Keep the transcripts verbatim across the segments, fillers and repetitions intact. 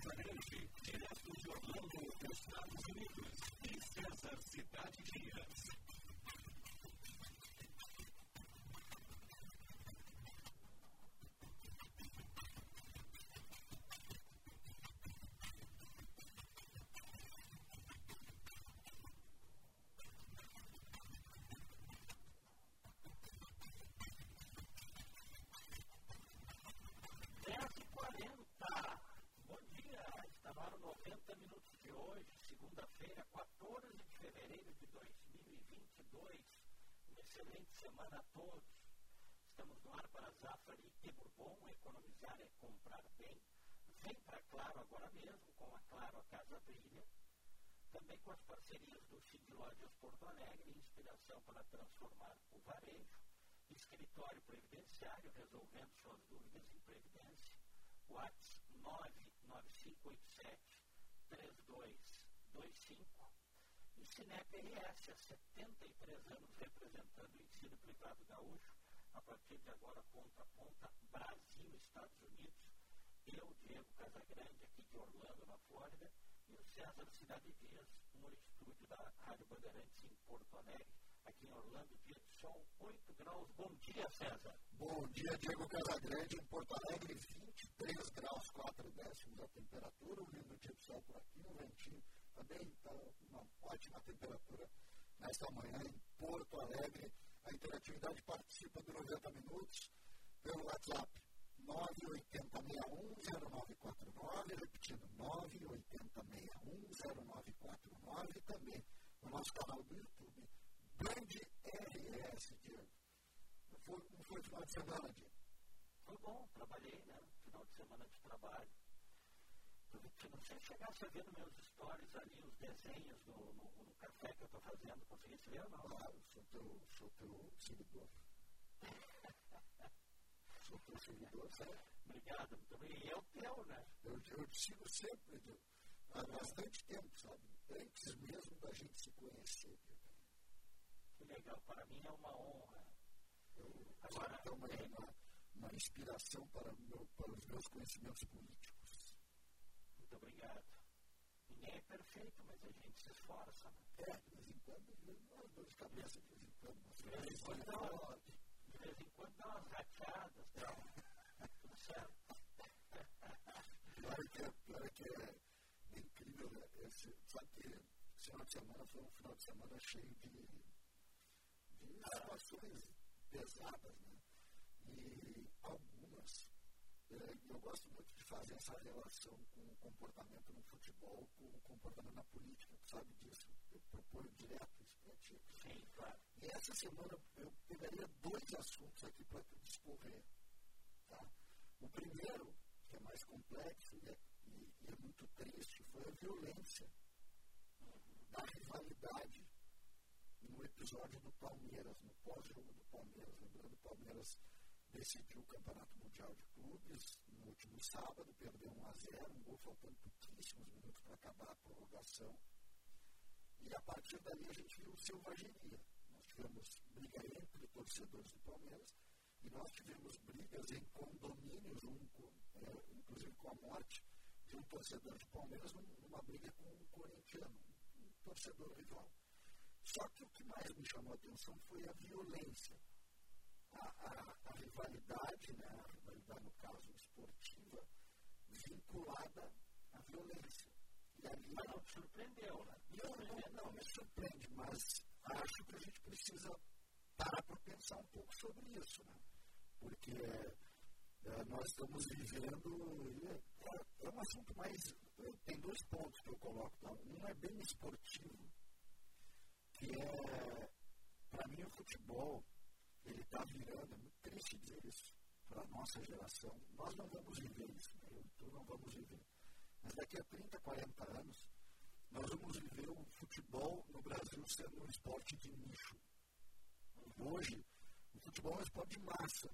Grande, direto de Orlando, Estados Unidos, e César Cidade Dias. noventa minutos de hoje, segunda-feira, quatorze de fevereiro de dois mil e vinte e dois. Uma excelente semana a todos. Estamos no ar para Zafari e Bourbon. Economizar é comprar bem. Vem para Claro agora mesmo, com a Claro a Casa Brilha. Também com as parcerias do Cid Lojas Porto Alegre, inspiração para transformar o varejo. Escritório Previdenciário, resolvendo suas dúvidas em Previdência. WhatsApp nove nove cinco oito sete três dois dois cinco. E Cinep R S, há setenta e três anos representando o ensino privado gaúcho, a partir de agora, ponta a ponta, Brasil, Estados Unidos. Eu, Diego Casagrande, aqui de Orlando, na Flórida, e o César Cidade Dias, no estúdio da Rádio Bandeirantes em Porto Alegre, aqui em Orlando, dia de sol, oito graus. Bom dia, César. Bom dia, Diego Casagrande, em Porto Alegre, vinte e três graus, quatro décimos a temperatura, um lindo dia de sol por aqui, um ventinho também, está uma ótima temperatura nesta manhã em Porto Alegre. A interatividade participa do noventa minutos pelo WhatsApp nove oito zero seis um zero nove quatro nove, repetindo, nove oito zero seis um zero nove quatro nove, e também no nosso canal do YouTube, Band R S, Diego. Foi, não foi final de semana, Diego? Foi bom, trabalhei, né? Final de semana de trabalho. Se você chegasse a ver nos meus stories ali os desenhos no, no, no café que eu estou fazendo, conseguisse ver ou não? Claro, sou teu, sou teu seguidor. Sou teu seguidor, certo? Obrigado, muito bem. E eu teu, né? Eu, eu te sigo sempre, Diego. Há bastante tempo, sabe? Antes mesmo da gente se conhecer, Diego. Que legal, para mim é uma honra. Eu Agora, sou uma, uma, uma inspiração para, meu, para os meus conhecimentos políticos. Muito obrigado. Ninguém é perfeito, mas a gente se esforça, né? É, de vez em quando, umas dores de cabeça, de vez em quando, mas de vez em quando dá umas, de vez em quando dá umas rateadas, tá? Tudo certo. Pior é que é, pior é, que é, é incrível, né? Esse, sabe que esse final de semana foi um final de semana cheio de, de situações pesadas, né? E algumas, é, eu gosto muito de fazer essa relação com o comportamento no futebol, com o comportamento na política, sabe disso? Eu proponho direto isso para ti. Sim, claro. E essa semana eu pegaria dois assuntos aqui para discorrer, tá? O primeiro, que é mais complexo e é, e, e é muito triste, foi a violência da rivalidade no episódio do Palmeiras, no pós-jogo do Palmeiras. Lembrando, o Palmeiras decidiu o Campeonato Mundial de Clubes no último sábado, perdeu um a zero, um gol faltando pouquíssimos minutos para acabar a prorrogação. E a partir dali a gente viu selvageria. Nós tivemos briga entre torcedores do Palmeiras e nós tivemos brigas em condomínios, um, com, é, inclusive com a morte de um torcedor do Palmeiras numa briga com um corintiano, um torcedor rival. Só que o que mais me chamou a atenção foi a violência, a, a, a rivalidade, né, a rivalidade no caso esportiva, vinculada à violência. E ali, mas não te surpreendeu, né? Não, não, não me surpreende, mas acho que a gente precisa parar para pensar um pouco sobre isso, né? Porque é, nós estamos vivendo, é, é um assunto mais, tem dois pontos que eu coloco, tá? Um é bem esportivo, que é, para mim o futebol, ele está virando, é muito triste dizer isso, para a nossa geração. Nós não vamos viver isso, né? Eu e tu não vamos viver. Mas daqui a trinta, quarenta anos, nós vamos viver o futebol no Brasil sendo um esporte de nicho. Hoje, o futebol é um esporte de massa,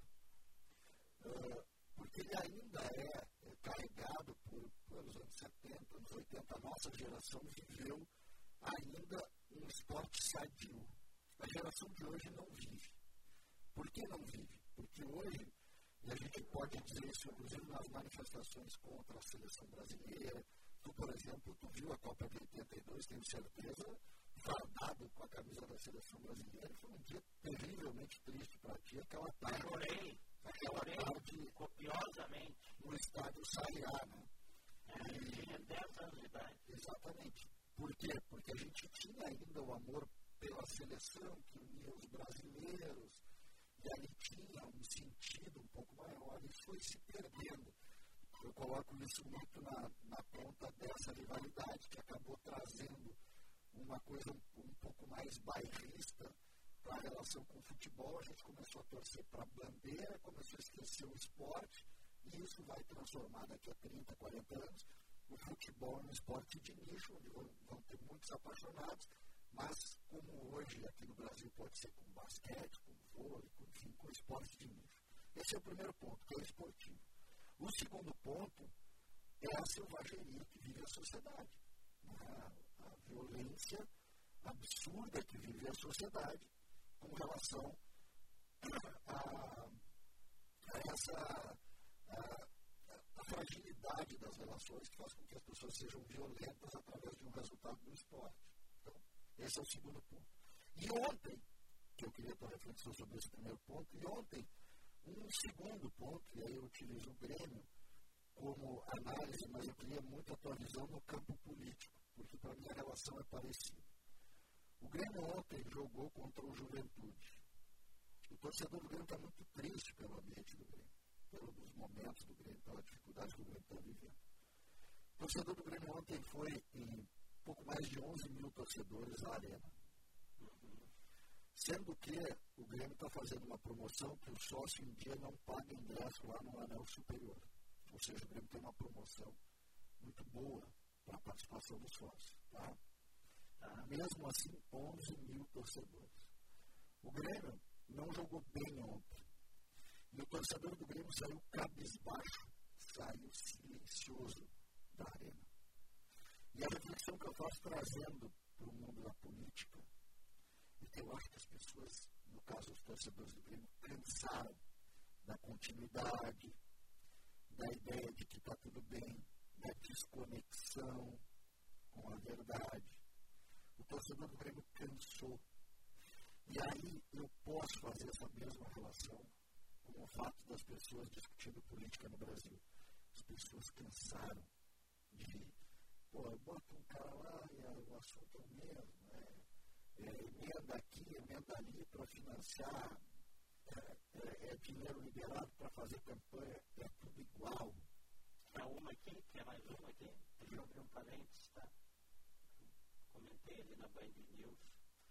uh, porque ele ainda é, é carregado por, pelos anos setenta, anos oitenta. A nossa geração viveu ainda um esporte sadio. A geração de hoje não vive. Por que não vive? Porque hoje E a gente pode dizer isso, inclusive, nas manifestações contra a seleção brasileira. Tu, por exemplo, tu viu a Copa de oitenta e dois, tenho certeza, fardado com a camisa da seleção brasileira. Foi um dia terrivelmente triste para ti, aquela tarde. Chorei, aquela chorei tarde copiosamente. No estádio Sabiá, né? É, e, tinha dez anos de idade. Exatamente. Por quê? Porque a gente tinha ainda o amor pela seleção que unia os brasileiros, e ali tinha um sentido um pouco maior, e foi se perdendo. Eu coloco isso muito na, na conta dessa rivalidade, que acabou trazendo uma coisa um, um pouco mais bairrista para a relação com o futebol. A gente começou a torcer para a bandeira, começou a esquecer o esporte, e isso vai transformar daqui a trinta, quarenta anos o futebol em um esporte de nicho, onde vão, vão ter muitos apaixonados, mas como hoje aqui no Brasil pode ser com basquete, com vôlei, com, enfim, com esporte de nicho. Esse é o primeiro ponto, que é o esportivo. O segundo ponto é a selvageria que vive a sociedade. A, a violência absurda que vive a sociedade com relação a, a essa a, a fragilidade das relações que faz com que as pessoas sejam violentas através de um resultado do esporte. Então, esse é o segundo ponto. E ontem, que eu queria ter uma reflexão sobre esse primeiro ponto, e ontem, um segundo ponto, e aí eu utilizo o Grêmio como análise, mas eu queria muito a tua visão no campo político, porque para mim a relação é parecida. O Grêmio ontem jogou contra o Juventude. O torcedor do Grêmio está muito triste pelo ambiente do Grêmio, pelos momentos do Grêmio, pela dificuldade que o Grêmio está vivendo. O torcedor do Grêmio ontem foi em pouco mais de onze mil torcedores na arena. Sendo que o Grêmio está fazendo uma promoção que o sócio em dia não paga ingresso lá no anel superior. Ou seja, o Grêmio tem uma promoção muito boa para a participação dos sócios. Tá? Ah, mesmo assim, onze mil torcedores. O Grêmio não jogou bem ontem. E o torcedor do Grêmio saiu cabisbaixo, saiu silencioso da arena. E a reflexão que eu faço trazendo para o mundo da política, e que eu acho que as pessoas, no caso os torcedores do Grêmio, cansaram da continuidade, da ideia de que está tudo bem, da desconexão com a verdade. O torcedor do Grêmio cansou. E aí eu posso fazer essa mesma relação com o fato das pessoas discutindo política no Brasil. As pessoas cansaram de, pô, bota um cara lá e o assunto é o mesmo, né? É, emenda aqui, emenda ali para financiar, é, é, é dinheiro liberado para fazer campanha, é tudo igual. Há uma aqui, que é mais uma aqui, deixa eu abrir um parênteses, tá? Comentei ali na Band News.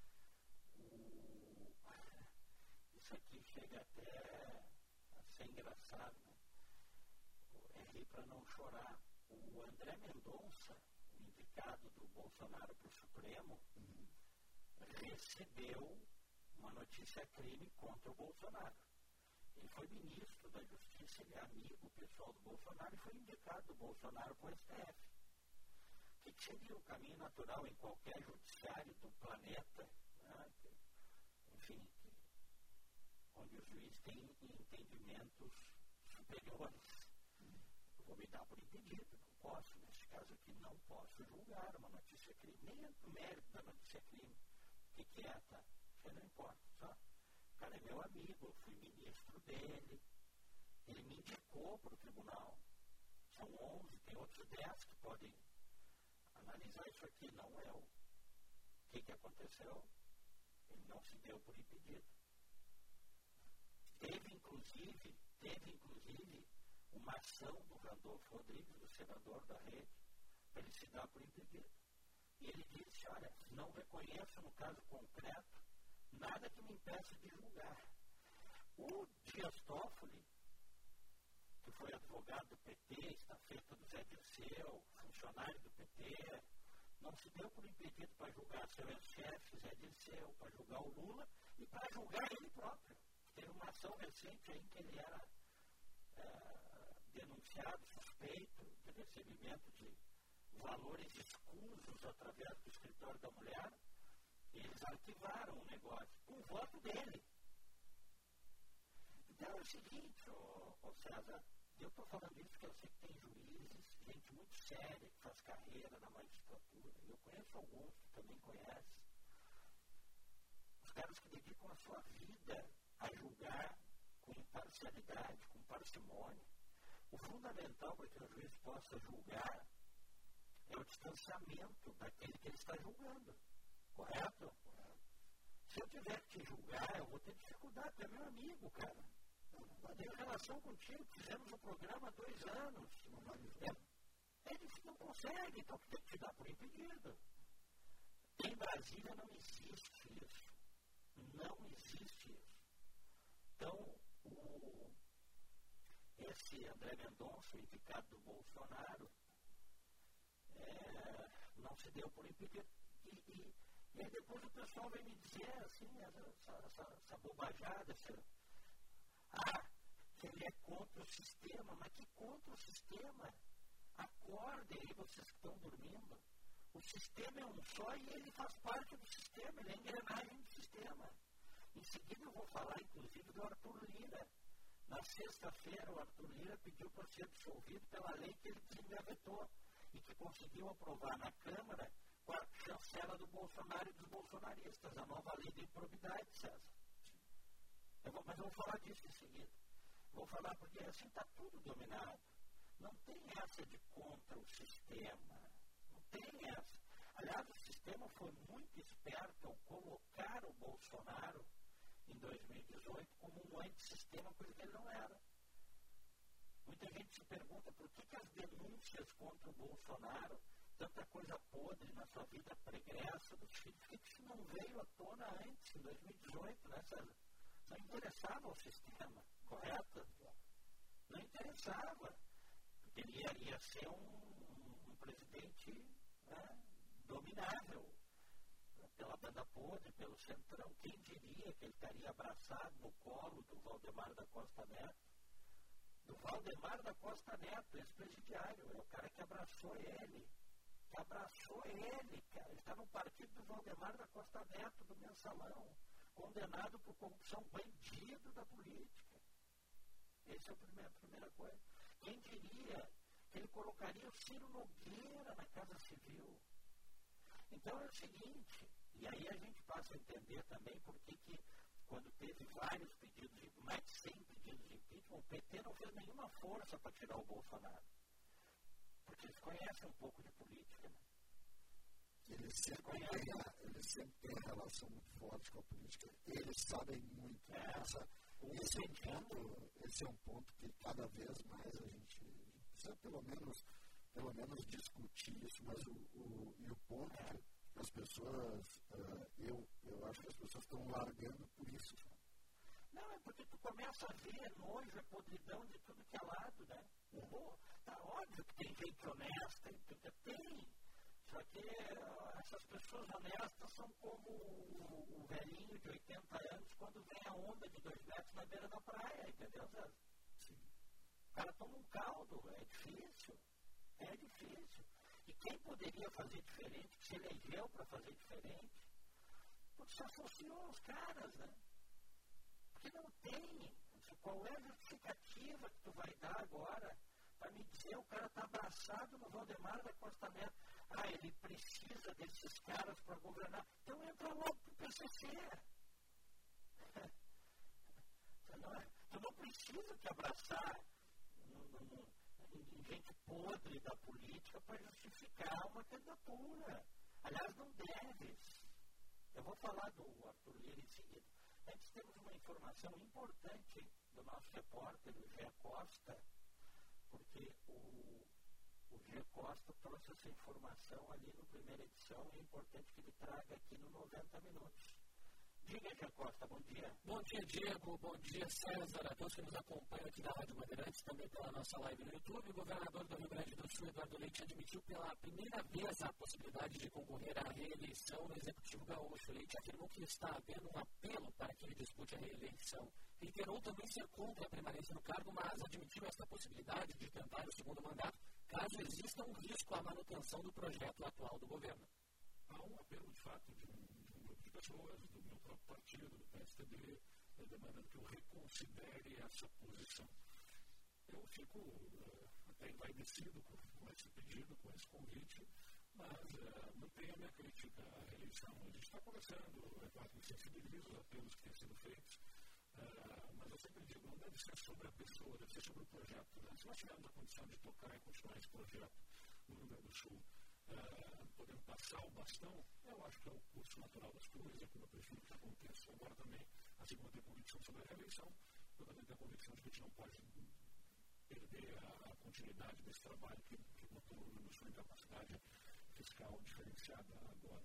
O... Isso aqui chega até a ser engraçado, né? É rir para não chorar. O André Mendonça, o indicado do Bolsonaro para o Supremo, uhum. recebeu uma notícia-crime contra o Bolsonaro. Ele foi ministro da Justiça, ele é amigo pessoal do Bolsonaro e foi indicado do Bolsonaro para o S T F. Que seria o caminho natural em qualquer judiciário do planeta, né? que, enfim, que, onde o juiz tem entendimentos superiores. Eu vou me dar por impedido, não posso, nesse caso aqui, não posso julgar uma notícia-crime, nem é o mérito da notícia-crime. O que, que é, tá? Isso não importa, só. O cara é meu amigo, eu fui ministro dele, ele me indicou para o tribunal. São onze, tem outros dez que podem analisar isso aqui. Não é o que, que aconteceu. Ele não se deu por impedido. Teve, inclusive, teve, inclusive, uma ação do Randolfo Rodrigues, do senador da Rede, para ele se dar por impedido. E ele disse, olha, não reconheço no caso concreto nada que me impeça de julgar. O Dias Toffoli, que foi advogado do P T, estafeta do Zé Dirceu, funcionário do P T, não se deu por impedido para julgar seu ex-chefe, Zé Dirceu, para julgar o Lula e para julgar ele próprio. Teve uma ação recente aí em que ele era é, denunciado, suspeito de recebimento de valores escusos através do escritório da mulher, e eles arquivaram o negócio com o voto dele. Então, é o seguinte, ô, ô César, eu estou falando isso porque eu sei que tem juízes, gente muito séria, que faz carreira na magistratura. Eu conheço alguns, tu também conhece. Os caras que dedicam a sua vida a julgar com imparcialidade, com parcimônia. O fundamental para que o juiz possa julgar é o distanciamento daquele que ele está julgando. Correto? Se eu tiver que te julgar, eu vou ter dificuldade, tu é meu amigo, cara. Eu tenho relação contigo, fizemos um programa há dois anos. É, é difícil, não consegue, então tu tem que te dar por impedido. Em Brasília não existe isso. Não existe isso. Então, o, esse André Mendonça, o indicado do Bolsonaro, é, não se deu por impedido. E, e, e aí depois o pessoal vem me dizer assim, essa, essa, essa bobajada, essa, ah, que ele é contra o sistema, mas que contra o sistema? Acordem aí vocês que estão dormindo. O sistema é um só e ele faz parte do sistema, ele é a engrenagem do sistema. Em seguida eu vou falar, inclusive, do Arthur Lira. Na sexta-feira, o Arthur Lira pediu para ser dissolvido pela lei que ele desengavetou e que conseguiu aprovar na Câmara com a chancela do Bolsonaro e dos bolsonaristas, a nova lei de improbidade, César. Eu vou, mas eu vou falar disso em seguida. Vou falar porque assim está tudo dominado. Não tem essa de contra o sistema. Não tem essa. Aliás, o sistema foi muito esperto ao colocar o Bolsonaro em dois mil e dezoito como um antissistema, coisa que ele não era. Muita gente se pergunta por que, que as denúncias contra o Bolsonaro, tanta coisa podre na sua vida pregressa dos filhos, por que, que isso não veio à tona antes, em dois mil e dezoito, né, César? Não interessava ao sistema, correto? Não interessava. Porque ele ia, ia ser um, um presidente, né, dominável pela banda podre, pelo centrão. Quem diria que ele estaria abraçado no colo do Valdemar da Costa Neto? Do Valdemar da Costa Neto, ex-presidiário. É o cara que abraçou ele. Que abraçou ele, cara. Ele está no partido do Valdemar da Costa Neto, do Mensalão. Condenado por corrupção, bandido da política. Essa é a primeira, a primeira coisa. Quem diria que ele colocaria o Ciro Nogueira na Casa Civil? Então é o seguinte, e aí a gente passa a entender também por que que quando teve vários pedidos, de mais de cem pedidos de impeachment, o P T não fez nenhuma força para tirar o Bolsonaro. Porque eles conhecem um pouco de política, né? Eles sempre, têm, eles sempre têm uma relação muito forte com a política. Eles sabem muito. É, essa, esse, é um ponto, esse é um ponto que cada vez mais a gente, a gente precisa pelo menos, pelo menos discutir isso. Mas o, o, e o ponto é. que as pessoas, uh, eu, eu acho que as pessoas estão largando por isso. Não, é porque tu começa a ver nojo, a podridão de tudo que é lado, né? É. Pô, tá óbvio que tem gente honesta, tem. Só que uh, essas pessoas honestas são como o, o velhinho de oitenta anos quando vem a onda de dois metros na beira da praia, entendeu, Zé? Sim. O cara toma um caldo, é difícil. É difícil. E quem poderia fazer diferente, que se elegeu para fazer diferente, porque se associou aos caras, né? Porque não tem. Qual é a justificativa que tu vai dar agora para me dizer o cara está abraçado no Valdemar da Costa Neto? Ah, ele precisa desses caras para governar. Então entra logo pro P C C. Você não, é, você não precisa te abraçar no, no, no, em gente podre da política para justificar uma candidatura. Aliás, não deves. Eu vou falar do Arthur Lira em seguida. Antes temos uma informação importante do nosso repórter, o Gé Costa, porque o O Gé Costa trouxe essa informação ali no primeira edição e é importante que ele traga aqui no noventa minutos. Diga, Gé Costa, bom dia. Bom dia, Diego. Bom dia, César. A todos que nos acompanham aqui da Rádio Bandeirantes, também pela nossa live no YouTube. O governador do Rio Grande do Sul, Eduardo Leite, admitiu pela primeira vez a possibilidade de concorrer à reeleição no Executivo Gaúcho. Leite afirmou que está havendo um apelo para que ele dispute a reeleição. Reiterou também ser contra a permanência no cargo, mas admitiu esta possibilidade de tentar o segundo mandato, caso exista um risco à manutenção do projeto atual do governo. Há um apelo, de fato, de um, de um grupo de pessoas do meu próprio partido, do P S D B, demandando que eu reconsidere essa posição. Eu fico uh, até envaidecido com, com esse pedido, com esse convite, mas uh, mantenho a minha crítica à reeleição. A gente está conversando, é claro que me sensibilizo os apelos que têm sido feitos, uh, mas eu sempre digo, não deve ser sobre a pessoa, deve ser sobre o projeto. Né? Se nós tivermos a condição de tocar e continuar esse projeto no Rio Grande do Sul, uh, podendo passar o bastão, eu acho que é o curso natural das coisas, é como eu prefiro que aconteça. Agora também, assim como eu tenho convicção sobre a reeleição, eu também tenho a convicção de que a gente não pode perder a, a continuidade desse trabalho que, que botou o Rio Grande do Sul em capacidade fiscal diferenciada agora.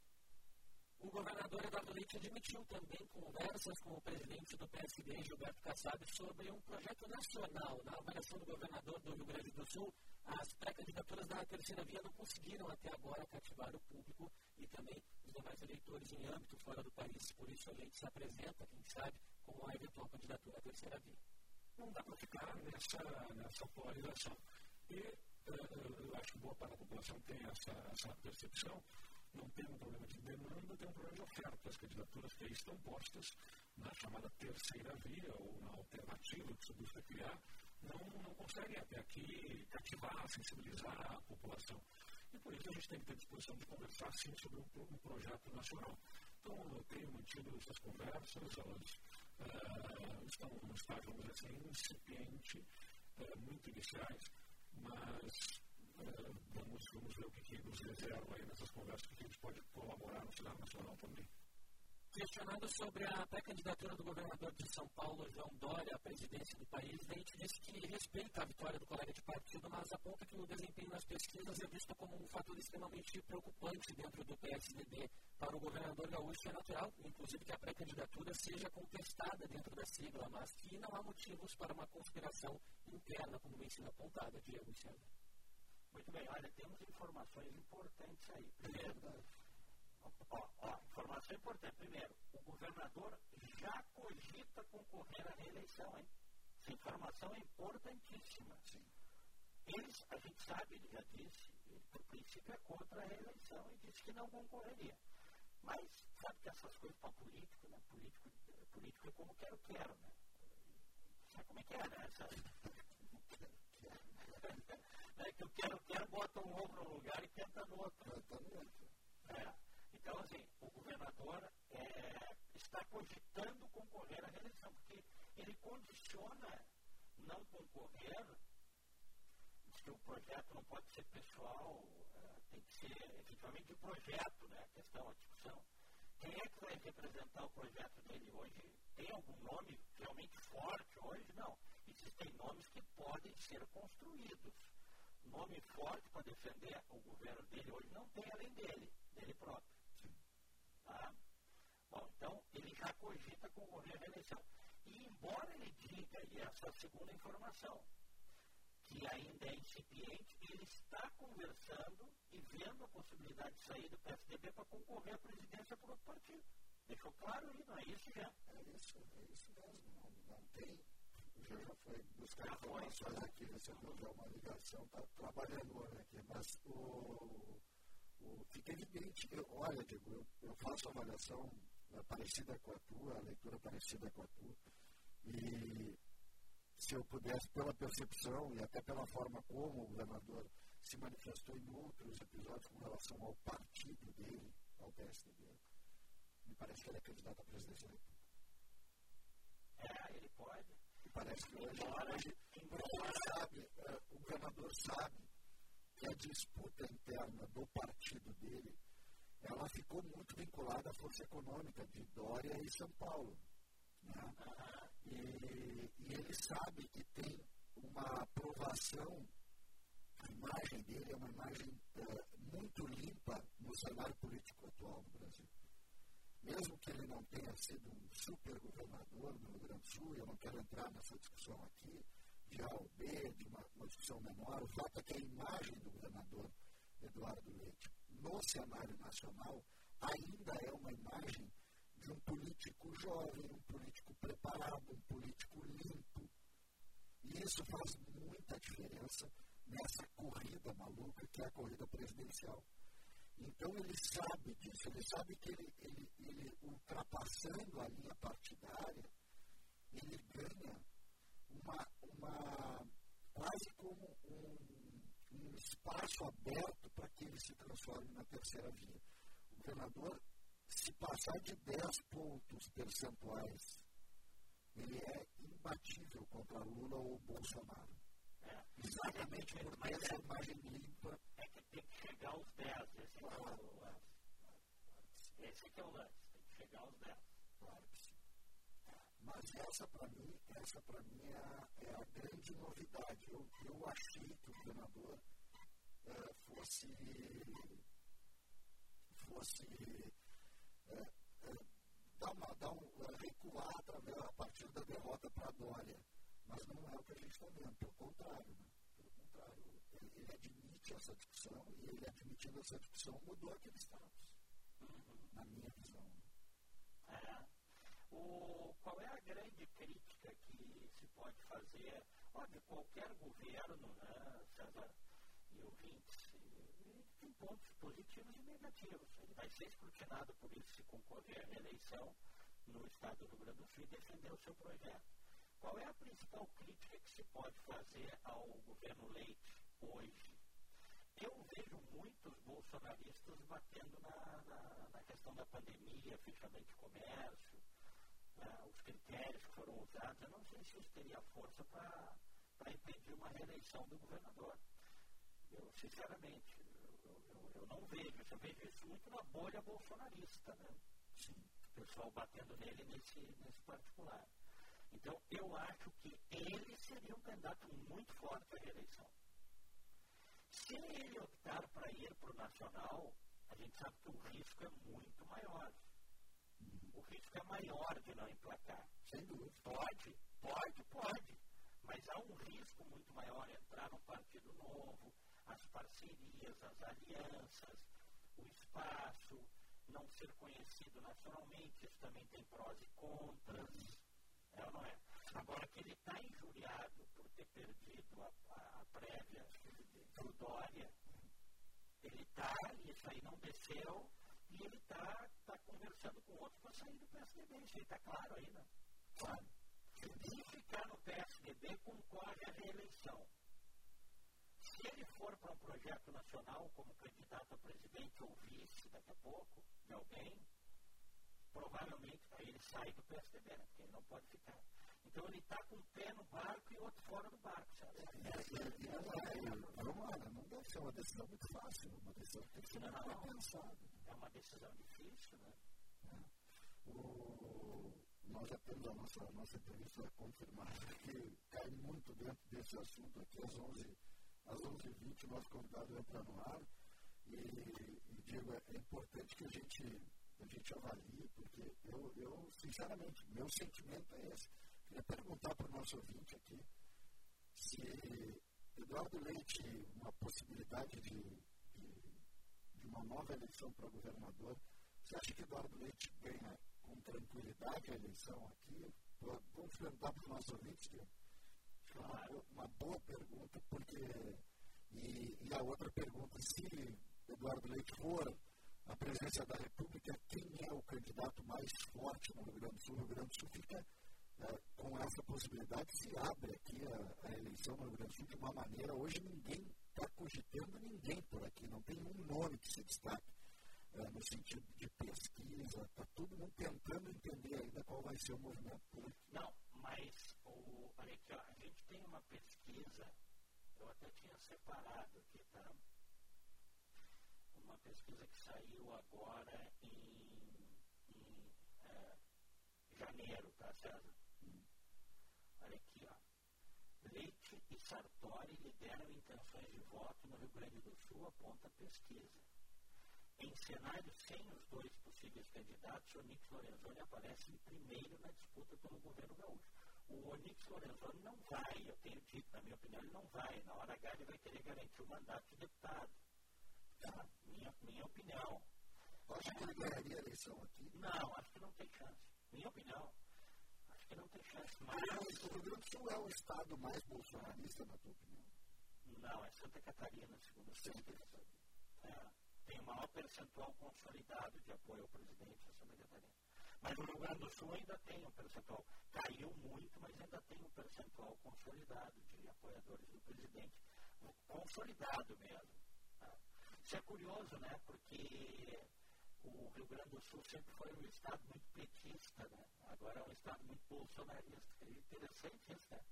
O governador Eduardo Leite admitiu também conversas com o presidente do P S D, Gilberto Kassab, sobre um projeto nacional. Na avaliação do governador do Rio Grande do Sul, as pré-candidaturas da terceira via não conseguiram até agora cativar o público e também os demais eleitores em âmbito fora do país. Por isso a gente se apresenta, quem sabe, com uma eventual candidatura à terceira via. Não dá para ficar nessa, nessa polarização. E uh, eu acho que boa parte da população tem essa, essa percepção. Não tem um problema de demanda, tem um problema de oferta. As candidaturas que aí estão postas na chamada terceira via ou na alternativa que se busca criar, não, não conseguem até aqui cativar, sensibilizar a população. E por isso a gente tem que ter disposição de conversar sim sobre um, um projeto nacional. Então eu tenho mantido essas conversas, elas uh, estão num estágio, vamos dizer assim, incipiente, uh, muito iniciais, mas Uh, vamos, vamos ver o que, que nos reserva aí nessas conversas, que a gente pode colaborar no cenário nacional também. Questionado sobre a pré-candidatura do governador de São Paulo, João Dória, à presidência do país, Leite disse que respeita a vitória do colega de partido, mas aponta que o desempenho nas pesquisas é visto como um fator extremamente preocupante dentro do P S D B. Para o governador gaúcho é natural, inclusive, que a pré-candidatura seja contestada dentro da sigla, mas que não há motivos para uma conspiração interna, como vem sendo apontada, Diego e César. Muito bem, olha, temos informações importantes aí. Primeiro, ó, ó, informação importante. Primeiro, o governador já cogita concorrer à reeleição, hein? Essa informação é importantíssima. Sim. Eles, a gente sabe, ele já disse, ele, por princípio é contra a reeleição e disse que não concorreria. Mas sabe que essas coisas para político, né? Político, político é como quero, quero, né? Sabe como é que é, né? Essa... É que eu quero, quero, bota um ovo no lugar e tenta no outro. É. Então, assim, o governador é, está cogitando concorrer à reeleição, porque ele condiciona não concorrer, diz que o projeto não pode ser pessoal, é, tem que ser efetivamente o projeto, né, a questão, a discussão. Quem é que vai representar o projeto dele hoje? Tem algum nome realmente forte hoje? Não. Existem nomes que podem ser construídos. Nome forte para defender o governo dele hoje não tem além dele, dele próprio. Tá? Bom, então ele já cogita concorrer à reeleição. E embora ele diga, e essa é a segunda informação, que ainda é incipiente, ele está conversando e vendo a possibilidade de sair do P S D B para concorrer à presidência por outro partido. Deixou claro aí, não é isso, já? É isso, é isso mesmo. Não, não tem. Já, já foi buscar já informações foi. Aqui, recebeu já uma ligação, está trabalhando hoje aqui, mas o, o, fica evidente, eu, olha, Diego, eu, eu faço uma avaliação é, parecida com a tua, a leitura parecida com a tua, e se eu pudesse, pela percepção e até pela forma como o governador se manifestou em outros episódios com relação ao partido dele, ao P S D B, me parece que ele é candidato à presidência da República. É, ele pode. Parece que hoje, hoje embora, sabe, uh, o governador sabe que a disputa interna do partido dele, ela ficou muito vinculada à força econômica de Dória e São Paulo. Né? E, e ele sabe que tem uma aprovação, a imagem dele é uma imagem uh, muito limpa no cenário político atual no Brasil. Mesmo que ele não tenha sido um super governador no Rio Grande do Sul, eu não quero entrar nessa discussão aqui, de A ou B, de uma, uma discussão menor, o fato é que a imagem do governador Eduardo Leite no cenário nacional ainda é uma imagem de um político jovem, um político preparado, um político limpo. E isso faz muita diferença nessa corrida maluca que é a corrida presidencial. Então ele sabe disso, ele sabe que ele, ele, ele ultrapassando a linha partidária, ele ganha uma, uma, quase como um, um espaço aberto para que ele se transforme na terceira via. O governador, se passar de dez pontos percentuais, ele é imbatível contra Lula ou Bolsonaro. É. Exatamente por ter essa imagem limpa. É que tem que chegar aos dez. Esse é Claro, o lance. Esse que é o lance. Tem que chegar aos dez. Claro que sim. Mas essa, para mim, essa para mim é a, é a grande novidade. Eu, eu achei que o governador é, fosse, fosse é, é, dar uma, dar um, recuar através, a partir da derrota para a Dória. Mas não é o que a gente está vendo, pelo contrário. Né? Pelo contrário, ele, ele admite essa discussão e ele admitindo essa discussão mudou aquele status, uhum. na minha visão. Né? É. O, qual é a grande crítica que se pode fazer? Olha, qualquer governo, né, César e ouvintes, ele tem pontos positivos e negativos. Ele vai ser escrutinado por isso se concorrer à reeleição no estado do Rio Grande do Sul e defender o seu projeto. Qual é a principal crítica que se pode fazer ao governo Leite hoje? Eu vejo muitos bolsonaristas batendo na, na, na questão da pandemia, fechamento de comércio, uh, os critérios que foram usados. Eu não sei se isso teria força para impedir uma reeleição do governador. Eu, sinceramente, eu, eu, eu não vejo isso. Eu vejo isso muito na bolha bolsonarista, né? Sim. O pessoal batendo nele nesse, nesse particular. Então, eu acho que ele seria um candidato muito forte à reeleição. Se ele optar para ir para o nacional, a gente sabe que o risco é muito maior. O risco é maior de não emplacar. Sem dúvida. Pode, pode, pode. Mas há um risco muito maior entrar num partido novo, as parcerias, as alianças, o espaço, não ser conhecido nacionalmente. Isso também tem prós e contras. É ou não é? Agora que ele está injuriado por ter perdido a, a, a prévia do Dória, ele está, isso aí não desceu, e ele está tá conversando com outros para sair do P S D B. Isso aí está claro aí, né? Claro. Se ficar no P S D B, concorre à reeleição. Se ele for para um projeto nacional como candidato a presidente ou vice daqui a pouco, de alguém, provavelmente aí ele sai do P S D B, né? Porque ele não pode ficar. Então ele está com um pé no barco e outro fora do barco, sabe? É, é, é, é, Romana, não deve ser uma decisão muito fácil, uma decisão que tem que ser não, muito não, pensada. É uma decisão difícil, né? É. O, nós já temos a nossa, nossa entrevista confirmada que cai muito dentro desse assunto aqui às onze e vinte, o nosso convidado entra no ar e, e digo, é importante que a gente, a gente avalie, porque eu, eu, sinceramente, meu sentimento é esse. Queria perguntar para o nosso ouvinte aqui se Eduardo Leite, uma possibilidade de, de, de uma nova eleição para governador, você acha que Eduardo Leite ganha com tranquilidade a eleição aqui? Vamos perguntar para os nossos ouvintes, que é uma, boa, uma boa pergunta, porque e, e a outra pergunta, se Eduardo Leite for a presidência da República, quem é o candidato mais forte no Rio Grande do Sul? O Rio Grande do Sul fica é, com essa possibilidade, se abre aqui a, a eleição no Rio Grande do Sul de uma maneira, hoje ninguém está cogitando ninguém por aqui, não tem um nome que se destaque é, no sentido de pesquisa, está todo mundo tentando entender ainda qual vai ser o movimento político. Não, mas o, olha aqui, ó, a gente tem uma pesquisa, eu até tinha separado aqui, tá? Uma pesquisa que saiu agora em, em é, janeiro, tá, César? Hum. Olha aqui, ó. Leite e Sartori lideram intenções de voto no Rio Grande do Sul, aponta a pesquisa. Em cenário sem os dois possíveis candidatos, o Onyx Lorenzoni aparece em primeiro na disputa pelo governo gaúcho. O Onyx Lorenzoni não vai, eu tenho dito, na minha opinião, ele não vai. Na hora H ele vai querer garantir o mandato de deputado. Tá? Minha, minha opinião. Acha que ele ganharia a eleição aqui? Não, acho que não tem chance. Minha opinião. Acho que não tem chance. Mas o Rio Grande do Sul é o estado mais bolsonarista, na tua opinião? Não, é Santa Catarina, segundo o Santa Catarina. É, tem o maior percentual consolidado de apoio ao presidente, a Santa Catarina. Mas o Rio Grande do Sul ainda tem um percentual. Caiu muito, ainda tem um percentual consolidado de apoiadores do presidente, consolidado mesmo. Tá? Isso é curioso, né? Porque o Rio Grande do Sul sempre foi um estado muito petista, né? Agora é um estado muito bolsonarista. É interessante isso, né?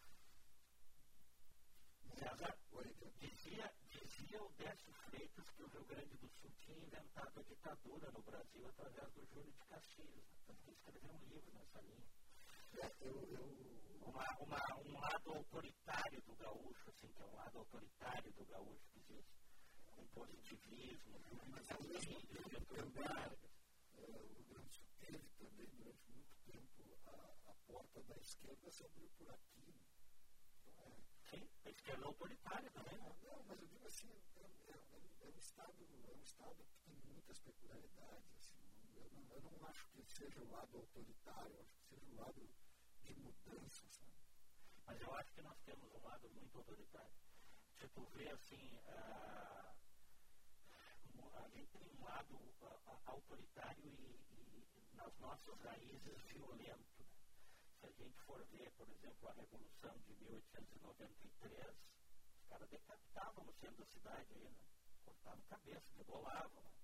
César, dizia, dizia o Décio Freitas que o Rio Grande do Sul tinha inventado a ditadura no Brasil através do Júlio de Castilhos. Tanto que ele escreveu um livro nessa linha. É, eu, eu... Uma, uma, um lado autoritário do gaúcho, assim, que é um lado autoritário do gaúcho que existe. Um positivismo, mas ao mesmo tempo também, é, o Rio Grande do Sul teve também durante muito tempo a, a porta da esquerda se abriu por aqui, né? Então é. Sim, a esquerda autoritária também, né? Não, mas eu digo assim, é, é, é, um estado, é um estado que tem muitas peculiaridades, assim, não, eu, não, eu não acho que seja o lado autoritário, eu acho que seja o lado de mudança, sabe? Mas eu acho que nós temos um lado muito autoritário. Se tu vê assim, a, a gente tem um lado a, a, autoritário e, e nas nossas raízes violento, né? Se a gente for ver, por exemplo, a Revolução de mil oitocentos e noventa e três, os caras decapitavam no centro da cidade aí, né? Cortavam cabeça, debolavam, né?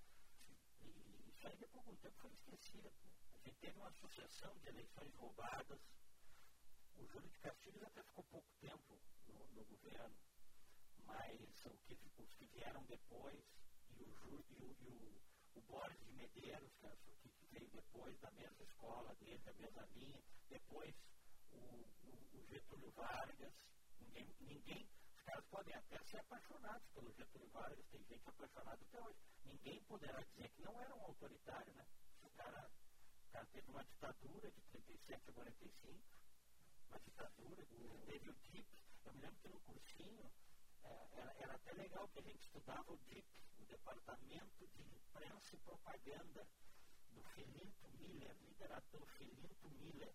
E isso aí depois de algum tempo foi esquecido. A gente teve uma sucessão de eleições roubadas. O Júlio de Castilhos até ficou pouco tempo no, no governo, mas o que, os que vieram depois, e o, Jú, e o, e o, o Borges de Medeiros, que, que veio depois da mesma escola dele, da mesma linha, depois o, o, o Getúlio Vargas, ninguém, ninguém, os caras podem até ser apaixonados pelo Getúlio Vargas, tem gente apaixonada até hoje, ninguém poderá dizer que não era um autoritário, né? O cara, o cara teve uma ditadura de trinta e sete a quarenta e cinco, uma ditadura, teve o D I P, eu me lembro que no cursinho, é, era, era até legal que a gente estudava o D I P, o Departamento de Imprensa e Propaganda, do Filinto Miller, liderado pelo Filinto Miller,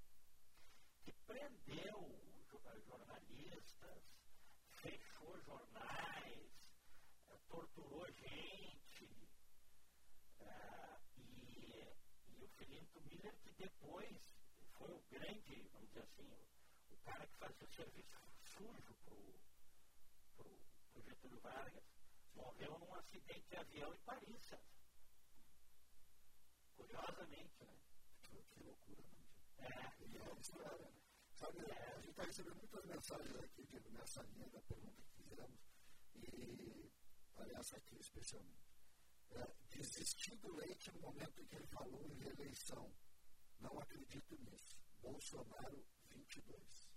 que prendeu jornalistas, fechou jornais, torturou gente, é, e, e o Filinto Miller, que depois foi o grande, vamos dizer assim, o, o cara que fazia o serviço sujo pro, pro, pro Getúlio Vargas, morreu num acidente de avião em Paris, sabe? Curiosamente, né? Que, que loucura, né? É. E é história, né? Sabe, é. A gente está recebendo muitas mensagens aqui, Diego, nessa linha da pergunta que fizemos, e, aliás, aqui especialmente. É, desistir do Leite no momento em que ele falou em reeleição. Não acredito nisso. Bolsonaro vinte e dois.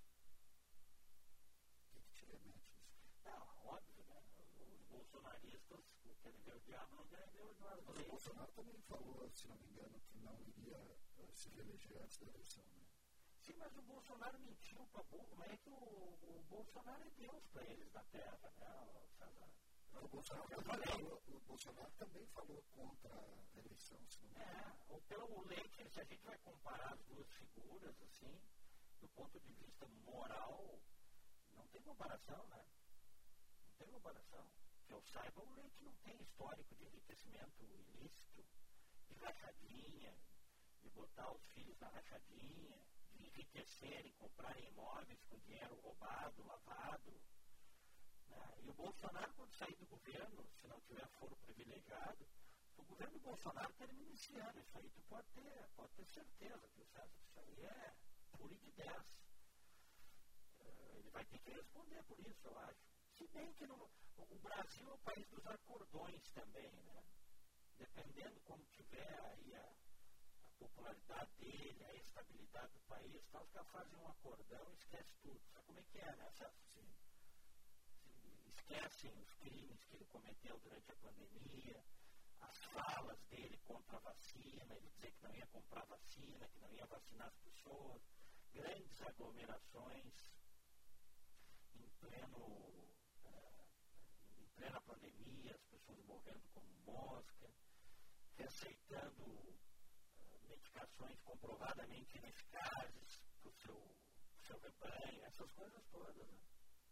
O que, que te remete isso? Não, óbvio, né? Os bolsonaristas querem ver o diabo, não querem ver o Eduardo Mas Leite. o Bolsonaro também falou, se não me engano, que não iria uh, se reeleger antes da eleição, né? Sim, mas o Bolsonaro mentiu para burro, mas é que o, o Bolsonaro é Deus para eles da terra, né, César? O Bolsonaro, também falou, o Bolsonaro também falou contra a eleição, se não me engano. É, ou pelo Leite, se a gente vai comparar as duas figuras, assim, do ponto de vista moral, não tem comparação, né? Não tem comparação. Que eu saiba, o Leite não tem histórico de enriquecimento ilícito, de rachadinha, de botar os filhos na rachadinha, de enriquecerem, comprarem imóveis com dinheiro roubado, lavado. Né? E o Bolsonaro, quando sair do governo, se não tiver foro privilegiado, o governo do Bolsonaro termina esse ano. Isso aí tu pode ter, pode ter certeza, que César, isso aí é puro de dez. Uh, ele vai ter que responder por isso, eu acho. Se bem que no, o Brasil é o país dos acordões também, né? Dependendo como tiver aí a, a popularidade dele, a estabilidade do país, tá, os caras fazem um acordão e esquecem tudo. Sabe como é que é, né? Sim. Esquecem os crimes que ele cometeu durante a pandemia, as falas dele contra a vacina, ele dizer que não ia comprar vacina, que não ia vacinar as pessoas, grandes aglomerações em pleno, uh, em plena pandemia, as pessoas morrendo como mosca, receitando uh, medicações comprovadamente ineficazes para o seu, seu rebanho, essas coisas todas, né?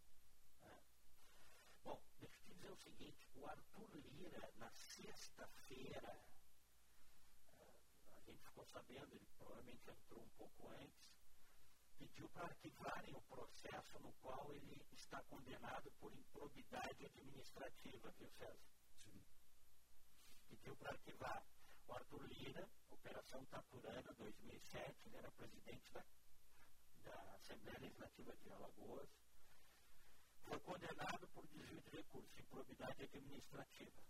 Bom, deixa eu te dizer o seguinte, o Arthur Lira, na sexta-feira, a gente ficou sabendo, ele provavelmente entrou um pouco antes, pediu para arquivarem o processo no qual ele está condenado por improbidade administrativa, viu, César? Sim. Pediu para arquivar. O Arthur Lira, Operação Taturana dois mil e sete, ele era presidente da, da Assembleia Legislativa de Alagoas, foi condenado por desvio de recursos, improbidade administrativa.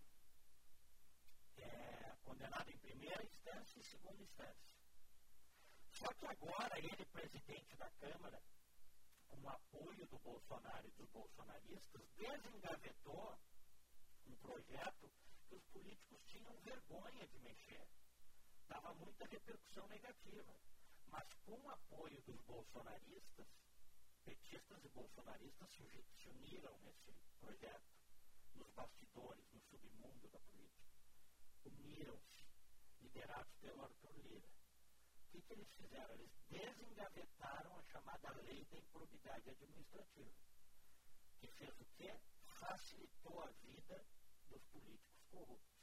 É, condenado em primeira instância e segunda instância. Só que agora ele, presidente da Câmara, com o apoio do Bolsonaro e dos bolsonaristas, desengavetou um projeto que os políticos tinham vergonha de mexer. Dava muita repercussão negativa. Mas com o apoio dos bolsonaristas, petistas e bolsonaristas se, se uniram nesse projeto, nos bastidores, no submundo da política. Uniram-se, liderados pelo Arthur Lira. O que, que eles fizeram? Eles desengavetaram a chamada Lei da Improbidade Administrativa, que fez o quê? Facilitou a vida dos políticos corruptos.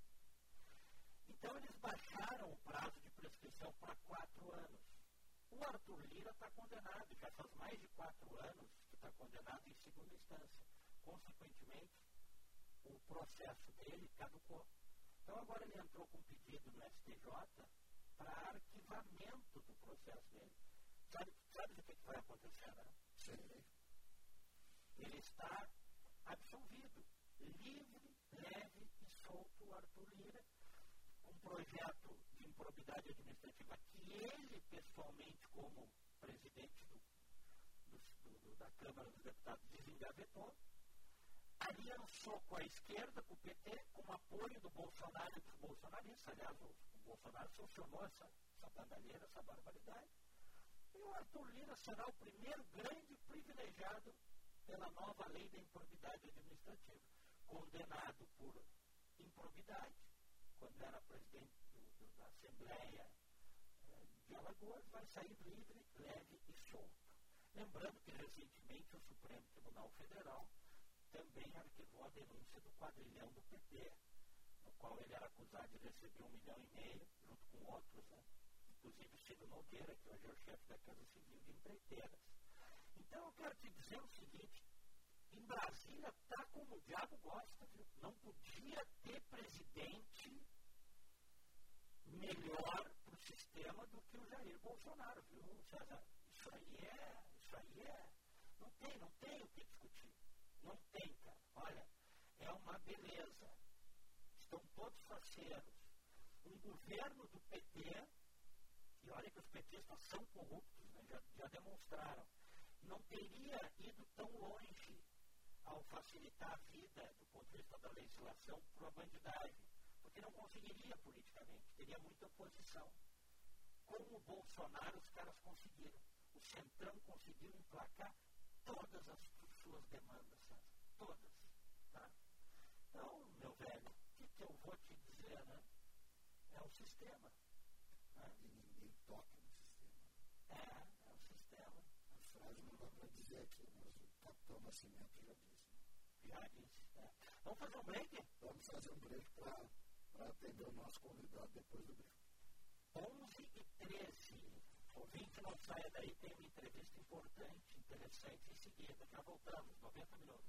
Então, eles baixaram o prazo de prescrição para quatro anos. O Arthur Lira está condenado, já faz mais de quatro anos que está condenado em segunda instância. Consequentemente, o processo dele caducou. Então, agora ele entrou com um pedido no S T J para arquivamento do processo dele. Sabe, sabe o que, que vai acontecer, né? Sim. Ele está absolvido, livre, leve e solto, o Arthur Lira, um projeto de improbidade administrativa que ele, pessoalmente, como presidente do, do, do, da Câmara dos Deputados, desengavetou, aliançou com a esquerda, com o P T, com o apoio do Bolsonaro e dos bolsonaristas. Aliás, o, o Bolsonaro sancionou essa, essa bandalheira, essa barbaridade. E o Arthur Lira será o primeiro grande privilegiado pela nova lei da improbidade administrativa. Condenado por improbidade, quando era presidente do, do, da Assembleia eh, de Alagoas, vai sair livre, leve e solto. Lembrando que, recentemente, o Supremo Tribunal Federal também arquivou a denúncia do quadrilhão do P T, no qual ele era acusado de receber um milhão e meio, junto com outros, né? Inclusive Ciro Nogueira, que hoje é o chefe da Casa Civil de Empreiteiras. Então, eu quero te dizer o seguinte, em Brasília está como o diabo gosta, viu? Não podia ter presidente melhor para o sistema do que o Jair Bolsonaro, viu, César? Isso aí é, isso aí é, não tem, não tem o que discutir. Não tem, cara. Olha, é uma beleza. Estão todos faceiros. Um governo do P T, e olha que os petistas são corruptos, né? já, já demonstraram, não teria ido tão longe ao facilitar a vida, do ponto de vista da legislação, para a bandidagem, porque não conseguiria politicamente, teria muita oposição. Com o Bolsonaro, os caras conseguiram. O Centrão conseguiu emplacar todas as suas demandas, César. Todas. Tá? Então, meu velho, o que, que eu vou te dizer, né? É o sistema. Né? E ninguém toca no sistema. É, é o sistema. A frase não dá para dizer aqui, mas o Capitão Nascimento já disse. Já disse. É. Vamos fazer um break? Vamos fazer um break para atender o nosso convidado depois do break. onze e treze. Ouvinte, não saia daí, tem uma entrevista importante, interessante em seguida. Já voltamos, noventa minutos.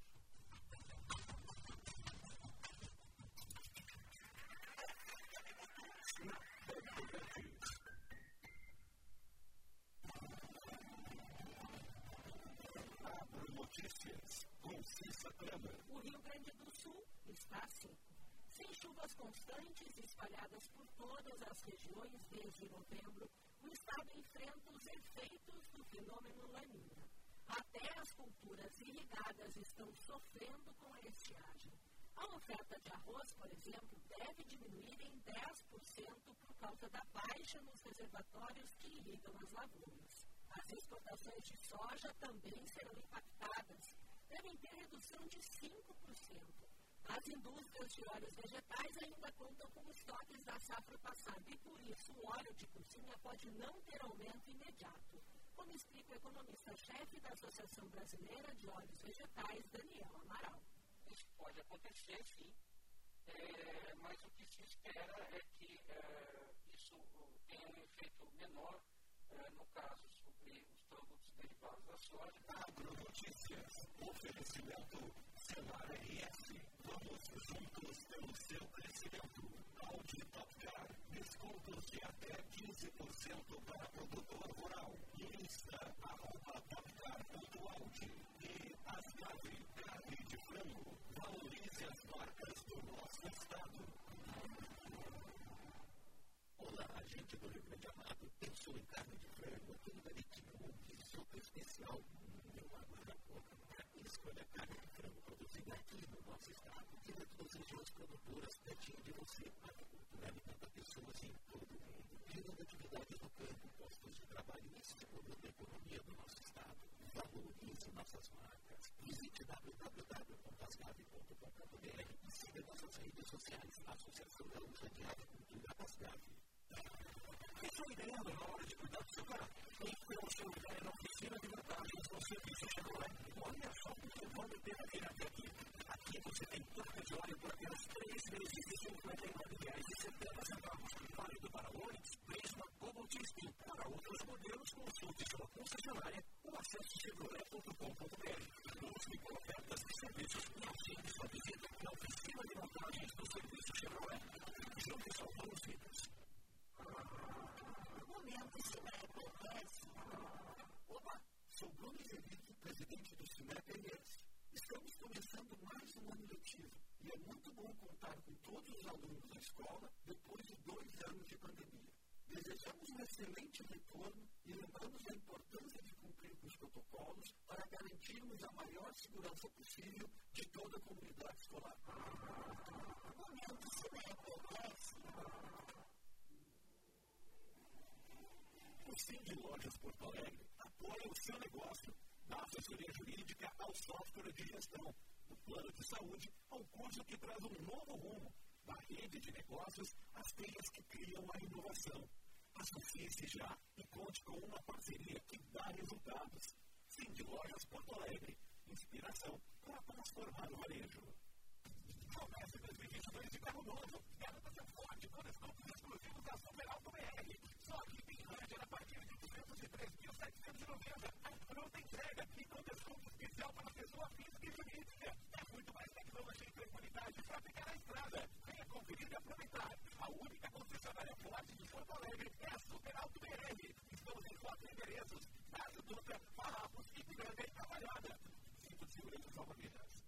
Agronotícias, com Cissa Câmara. O Rio Grande do Sul está seco. Sem chuvas constantes espalhadas por todas as regiões desde novembro, o estado enfrenta os efeitos do fenômeno Laninha. Até as culturas irrigadas estão sofrendo com a estiagem. A oferta de arroz, por exemplo, deve diminuir em dez por cento por causa da baixa nos reservatórios que irrigam as lavouras. As exportações de soja também serão impactadas, devem ter redução de cinco por cento. As indústrias de óleos vegetais ainda contam com estoques da safra passada e, por isso, o óleo de cozinha pode não ter aumento imediato, como explica o economista-chefe da Associação Brasileira de Óleos Vegetais, Daniel Amaral. Isso pode acontecer, sim, é, mas o que se espera é que é, isso tenha um efeito menor, é, no caso, sobre os produtos escolhe. Agronotícias. Oferecimento Senar R S. Vamos juntos pelo seu crescimento. Audi Topcar. Descontos de até quinze por cento para produtor rural. Insta, arroba topcar.audi. E Asnave, carne de frango. Valorize as marcas do nosso estado. Olá, gente do Rio Grande Amado. Pensou em carne de frango? Aquele delitinho ou um risoto especial? Deu água na boca. Escolha a carne de frango produzida aqui no nosso estado. Direto das regiões produtoras, pertinho de você. A agricultura alimenta pessoas em todo o mundo. Gerando atividades no campo, postos de trabalho e estimulando a economia do nosso estado. Valorize nossas marcas. Visite w w w ponto asgave ponto com ponto b r e siga nossas redes sociais. Associação Gaúcha de Agricultura Asgave. Pensou em ganhando na hora de cuidar do seu carro? Então, o seu lugar é na oficina de vantagens do serviço Chevrolet. Olha só o que vale a pena vir até aqui. Aqui você tem troca de óleo por apenas três vezes de cinquenta e nove reais e setenta centavos. Válido para Onix, Prisma, Cobalt e Spin. Para outros modelos, consulte sua concessionária ou acesse chevrolet ponto com ponto b r. Busque por ofertas e serviços e agende sua visita na oficina de vantagens do serviço Chevrolet. Juntos salvamos vidas. No momento, Cinep R S. Olá, sou Bruno Henrique, presidente do Cinep R S. Estamos começando mais um ano letivo e é muito bom contar com todos os alunos da escola depois de dois anos de pandemia. Desejamos um excelente retorno e lembramos a importância de cumprir com os protocolos para garantirmos a maior segurança possível de toda a comunidade escolar. No momento, Cinep R S. O Sim de Lojas Porto Alegre apoia o seu negócio, da assessoria jurídica ao software de gestão, do plano de saúde ao curso que traz um novo rumo, da rede de negócios às teias que criam a inovação. Associe-se já e conte com uma parceria que dá resultados. Sim de Lojas Porto Alegre, inspiração para transformar o varejo. Comece dois mil e vinte e dois de carro novo. Garanta seu forte com descontos exclusivos da Super Alto B R. Só aqui tem Ranger a partir de duzentos e três mil setecentos e noventa. A pronta entrega aqui com desconto especial para pessoa física e jurídica. É muito mais tecnologia e tranquilidade para ficar na estrada. Venha conferir e aproveitar. A única concessionária forte de Porto Alegre é a Super Alto B R. Estamos em quatro endereços: Nádio Dutra, Farrapos, Ipiranga e Trabalhada. Cinto de segurança salva vidas.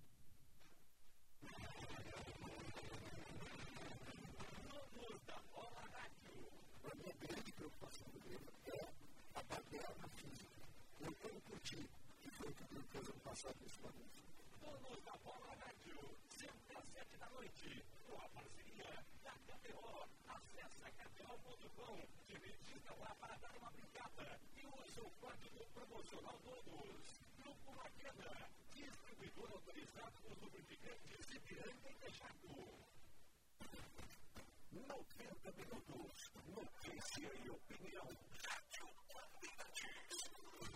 Da Bola Rádio. A minha grande preocupação do Grêmio é a baderna física. Eu tenho por ti, que foi o que ele fez ano passado nesse bagunço. Donos da Bola Rádio, sempre às sete da noite, com a parceria da K T O. Acesse K T O ponto com, te registra lá para dar uma brincada e use o código promocional todos. Grupo Maquena, distribuidor autorizado dos lubrificantes Ipiranga e Texaco. noventa minutos, notícia e opinião. Rádio Bandeirantes.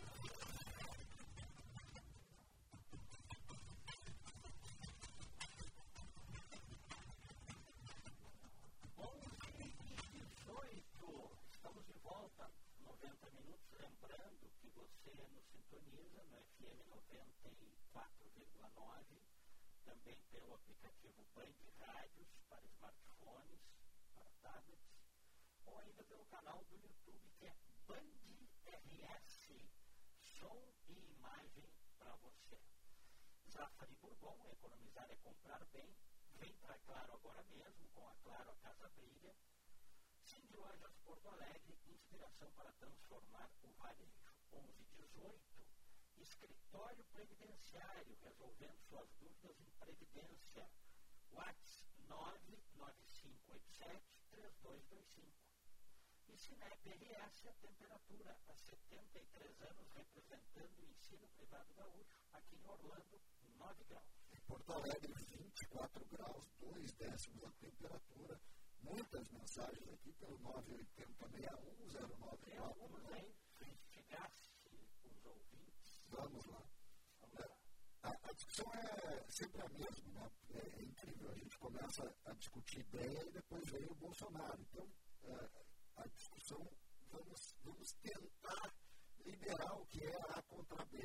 onze e dezoito. Estamos de volta. noventa minutos. Lembrando que você nos sintoniza no F M noventa e quatro vírgula nove, também pelo aplicativo Band Rádios para smartphones, para tablets, ou ainda pelo canal do YouTube que é Band R S, som e imagem para você. Zafari Bourbon, economizar é comprar bem. Vem para Claro agora mesmo, com a Claro a Casa Brilha. Sim de Lojas Porto Alegre, inspiração para transformar o varejo. onze e dezoito, Escritório Previdenciário, resolvendo suas dúvidas em previdência. WhatsApp nove nove cinco oito sete três dois dois cinco. E Cinep R S, a temperatura há setenta e três anos representando o ensino privado gaúcho, aqui em Orlando, nove graus. Em Porto Alegre, vinte e quatro graus, dois décimos a temperatura. Muitas mensagens aqui pelo nove oito zero, seis um zero nove Tem quatro. algumas aí, se instigasse os ouvintes. Vamos lá. Vamos lá. A, a discussão é sempre a mesma, né? É, é incrível. A gente começa a discutir ideia e depois vem o Bolsonaro. Então, é, a discussão, vamos, vamos tentar liberar o que é a contrabando.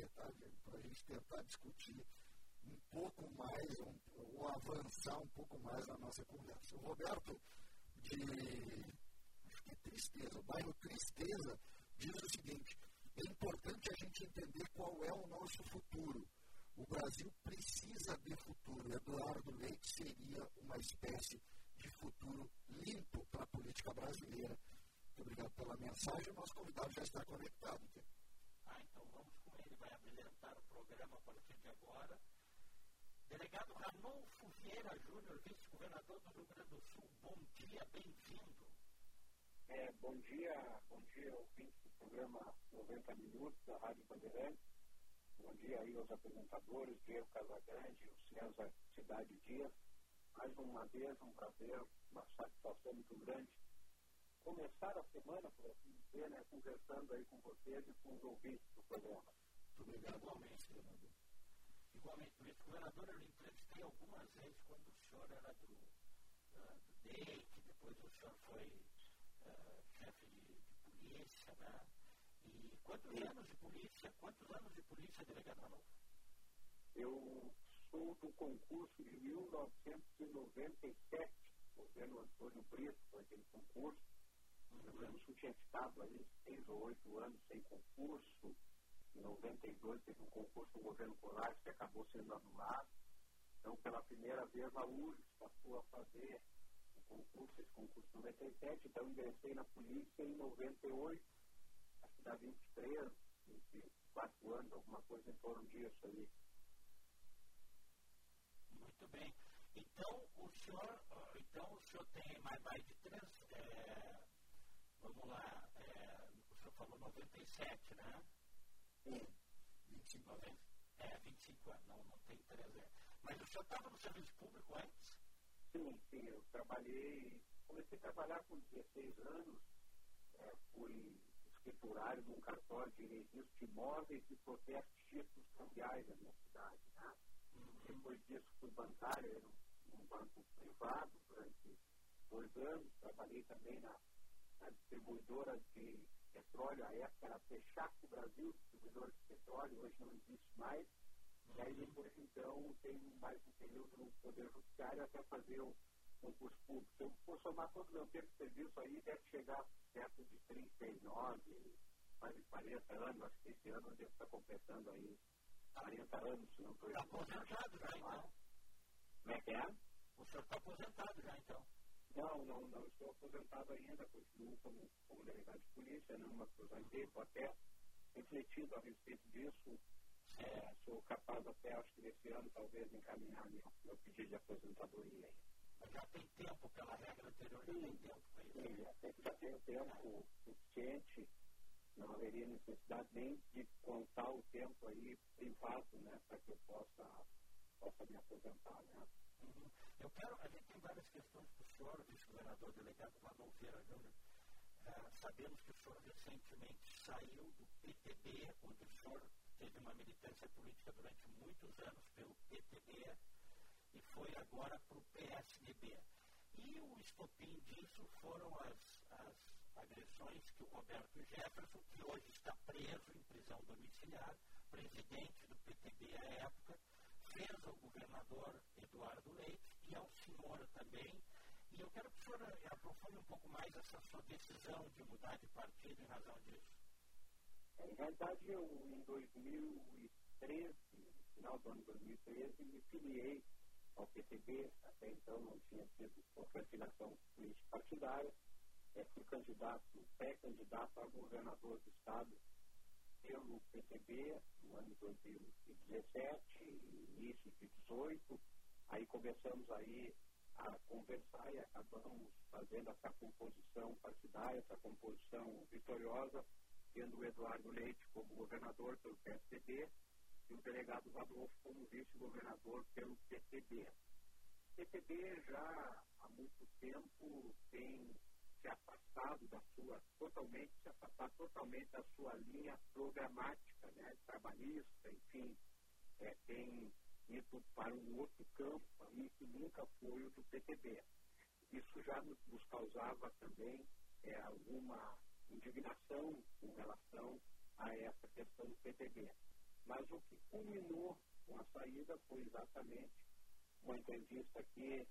aprofundar um pouco mais a nossa conversa. O Roberto, de acho que é Tristeza, o bairro Tristeza, diz o seguinte: é importante a gente entender qual é o nosso futuro. O Brasil precisa de futuro. Eduardo Leite seria uma espécie de futuro limpo para a política brasileira. Muito obrigado pela mensagem. O nosso convidado já está conectado. Ah, então vamos com ele. Vai abrilhantar o programa a partir de agora. Delegado Ranolfo Vieira Júnior, vice-governador do Rio Grande do Sul. Bom dia, bem-vindo. É, bom dia, bom dia, ouvintes do programa noventa Minutos da Rádio Bandeirantes. Bom dia aí aos apresentadores, Diego Casagrande, o César Cidade Dias. Mais uma vez, um prazer, uma satisfação muito grande. Começar a semana, por assim dizer, né, conversando aí com vocês e com os ouvintes do programa. Muito obrigado, igualmente, governador. Igualmente, por isso, governador, eu lhe entrevistei algumas vezes quando o senhor era do, uh, do D E I C, depois o senhor foi uh, chefe de, de polícia, né? E quantos Sim. anos de polícia, quantos anos de polícia, delegado Ranolfo? Eu sou do concurso de mil novecentos e noventa e sete, o governo Antônio Brito, foi aquele concurso. Uhum. Eu lembro que tinha estado aí seis ou oito anos sem concurso. Em noventa e dois teve um concurso do governo Colares que acabou sendo anulado. Então, pela primeira vez, a U R G S passou a fazer o concurso, esse concurso em noventa e sete. Então, ingressei na polícia em noventa e oito. Acho que dá vinte e três, vinte e quatro anos, alguma coisa em torno disso aí. Muito bem. Então, o senhor, então, o senhor tem mais, mais de três, é, vamos lá, é, o senhor falou noventa e sete, né? Sim. vinte e cinco, noventa, é, vinte e cinco anos, não, não tem três, é. Mas o senhor estava no serviço público antes? Sim, sim, eu trabalhei, comecei a trabalhar com dezesseis anos, é, fui escriturário de um cartório de registro de imóveis e protesto de títulos cambiais na minha cidade, né? Uhum. Depois disso fui bancário, era um, um banco privado durante dois anos, trabalhei também na, na distribuidora de petróleo, a época era Fechaco Brasil, distribuidora de petróleo, hoje não existe mais. Uhum. E aí depois então tenho mais um período no Poder Judiciário até fazer o concurso público. Se eu for somar todo o meu tempo de serviço aí, deve chegar perto de trinta e nove, quase quarenta anos, acho que esse ano eu devo estar completando aí quarenta anos, se não estou Está aposentado já então? Como é que é? O senhor está aposentado já então? Não, não, não estou aposentado ainda, continuo como, como delegado de polícia, não me aposentei, estou até refletindo a respeito disso. É, sou capaz até, acho que nesse ano, talvez, encaminhar meu, meu pedido de aposentadoria. Mas já tem tempo, pela regra anterior, já tem tempo para isso? Sim, já, tem, já tenho tempo suficiente, não haveria necessidade nem de contar o tempo aí privado, né, para que eu possa, possa me aposentar, né. Uhum. Eu quero, a gente tem várias questões para o senhor, vice-governador delegado Ranolfo Vieira Júnior. Uh, sabemos que o senhor recentemente saiu do P T B, onde o senhor teve uma militância política durante muitos anos pelo P T B e foi agora para o P S D B. E o estopim disso foram as, as agressões que o Roberto Jefferson, que hoje está preso em prisão domiciliar, presidente do P T B à época, fez ao governador Eduardo Leite e ao senhor também. E eu quero que o senhor aprofunde um pouco mais essa sua decisão de mudar de partido em razão disso. Em realidade, eu, em dois mil e treze, no final do ano de dois mil e treze, me filiei ao P T B. Até então não tinha tido qualquer filiação política partidária. É, fui candidato, pré-candidato a governador do estado pelo P T B no ano de dois mil e dezessete, início de dezoito. Aí começamos aí a conversar e acabamos fazendo essa composição partidária, essa composição vitoriosa, tendo o Eduardo Leite como governador pelo P S D B e o delegado Ranolfo como vice-governador pelo P T B. O P T B já há muito tempo tem se afastado da sua, totalmente, se afastado totalmente da sua linha programática, né, trabalhista, enfim, é, tem ido para um outro campo aí que nunca foi o do P T B. Isso já nos causava também é, alguma indignação com relação a essa questão do P T B. Mas o que culminou com a saída foi exatamente uma entrevista que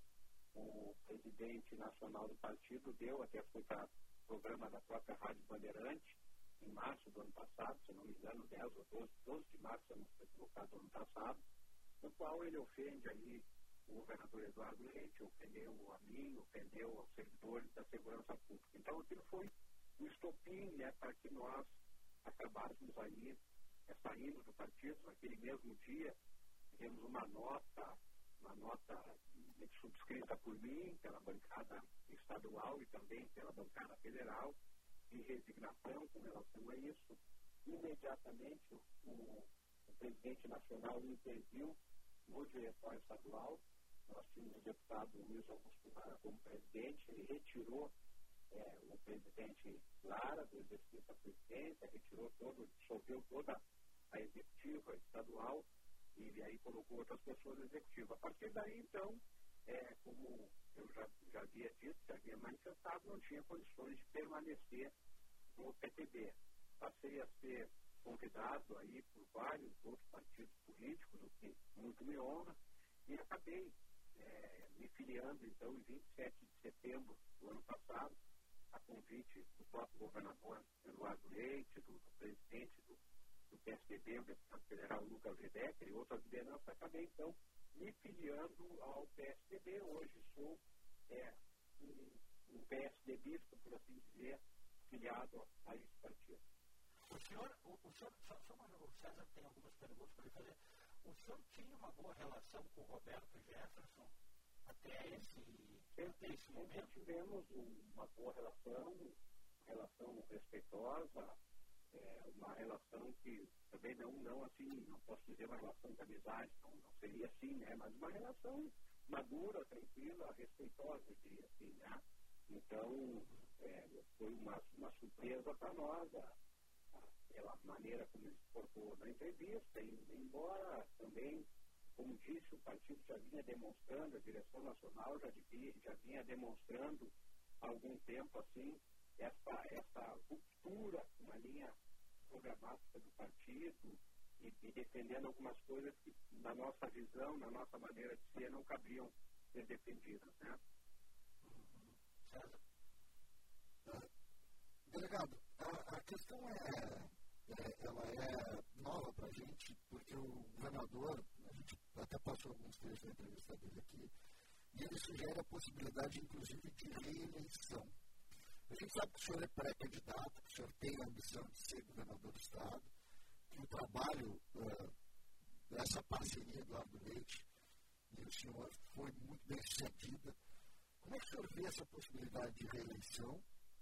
o presidente nacional do partido deu, até foi para o programa da própria Rádio Bandeirante, em março do ano passado, se não me engano, dez ou doze, doze de março, se não foi equivocado, do ano passado, no qual ele ofende aí o governador Eduardo Leite, ofendeu a mim, ofendeu aos servidores da segurança pública. Então, aquilo foi um estopim, né, para que nós acabássemos aí é, saindo do partido. Naquele mesmo dia, tivemos uma nota, uma nota subscrita por mim, pela bancada estadual e também pela bancada federal, de resignação com relação a isso. Imediatamente, o, o presidente nacional interviu no diretório estadual. Nós tínhamos o deputado Luiz Augusto Lara como presidente, ele retirou é, o presidente Lara do exercício da presidência, retirou todo, dissolveu toda a executiva estadual e aí colocou outras pessoas na executiva. A partir daí, então, é, como eu já, já havia dito, já havia manifestado, não tinha condições de permanecer no P T B. Passei a ser convidado aí por vários outros partidos políticos, o que muito me honra, e acabei é, me filiando, então, em vinte e sete de setembro do ano passado, a convite do próprio governador Eduardo Leite, do, do presidente do, do P S D B, o deputado federal Lucas Redecker e outras lideranças, acabei, então, me filiando ao P S D B. Hoje sou é, um, um PSDBista, por assim dizer, filiado a esse partido. O senhor, o, o senhor só, só uma, o César tem algumas perguntas para lhe fazer. O senhor tinha uma boa relação com o Roberto Jefferson até esse, até esse momento? Tivemos uma boa relação, uma relação respeitosa, é, uma relação que também não, não assim, não posso dizer uma relação de amizade, não, não seria assim, né? Mas uma relação madura, tranquila, respeitosa, eu diria assim, né? Então, é, foi uma, uma surpresa para nós, a, a, pela maneira como ele se portou na entrevista, e, embora também, como disse, o partido já vinha demonstrando, a direção nacional já, devia, já vinha demonstrando há algum tempo, assim, essa, essa ruptura com a linha programática do partido e, e defendendo algumas coisas que, na nossa visão, na nossa maneira de ser, não cabiam ser defendidas, né? César? Uh, delegado, a, a questão é, é, ela é nova para a gente, porque o governador, a gente até passou alguns trechos da entrevista dele aqui, e ele sugere a possibilidade, inclusive, de reeleição. A gente sabe que o senhor é pré-candidato, que o senhor tem a ambição de ser governador do Estado, que o trabalho uh, dessa parceria do Eduardo Leite e o senhor foi muito bem sucedida. Como é que o senhor vê essa possibilidade de reeleição?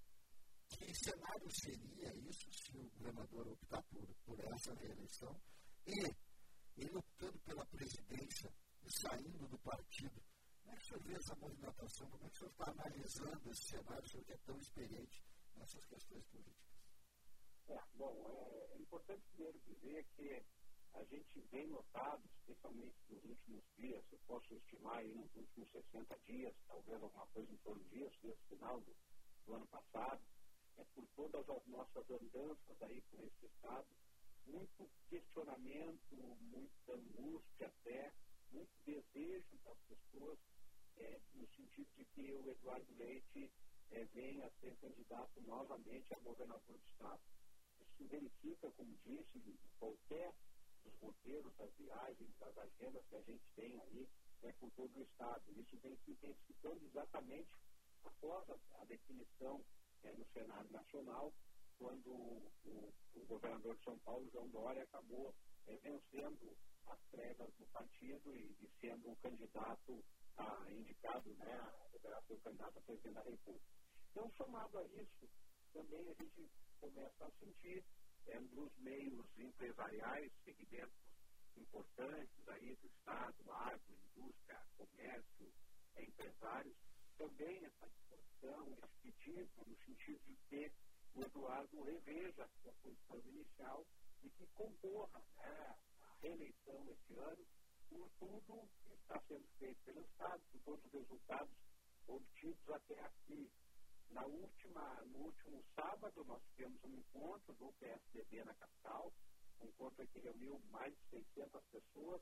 Que cenário seria isso se o governador optar por, por essa reeleição? E ele optando pela presidência e saindo do partido, como é que o senhor vê essa movimentação? Como é que o senhor está analisando esse cenário, o senhor que é tão experiente nessas questões políticas? É, bom, é, é importante primeiro dizer que a gente vem notado, especialmente nos últimos dias, eu posso estimar aí nos últimos sessenta dias, talvez alguma coisa em torno disso, desde o final do, do ano passado, é por todas as nossas andanças aí por esse Estado, muito questionamento, muita angústia até, muito desejo das pessoas, é, no sentido de que o Eduardo Leite é, venha a ser candidato novamente a governador do Estado. Isso se verifica, como disse, em qualquer dos roteiros, das viagens, das agendas que a gente tem aí, é, por todo o Estado. Isso vem se intensificando exatamente após a, a definição é, no cenário nacional, quando o, o, o governador de São Paulo, João Dória, acabou é, vencendo as trevas do partido e, e sendo um candidato a, indicado, né, a ser o candidato a presidente da República. Então, somado a isso, também a gente começa a sentir é, nos meios empresariais, segmentos importantes aí do Estado, agro, indústria, comércio, é, empresários, também essa disposição, esse pedido, no sentido de que o Eduardo reveja a sua posição inicial e que concorra, né, à reeleição esse ano por tudo que está sendo feito pelo Estado, por todos os resultados obtidos até aqui. Na última, no último sábado, nós tivemos um encontro do P S D B na capital, um encontro que reuniu mais de seiscentas pessoas,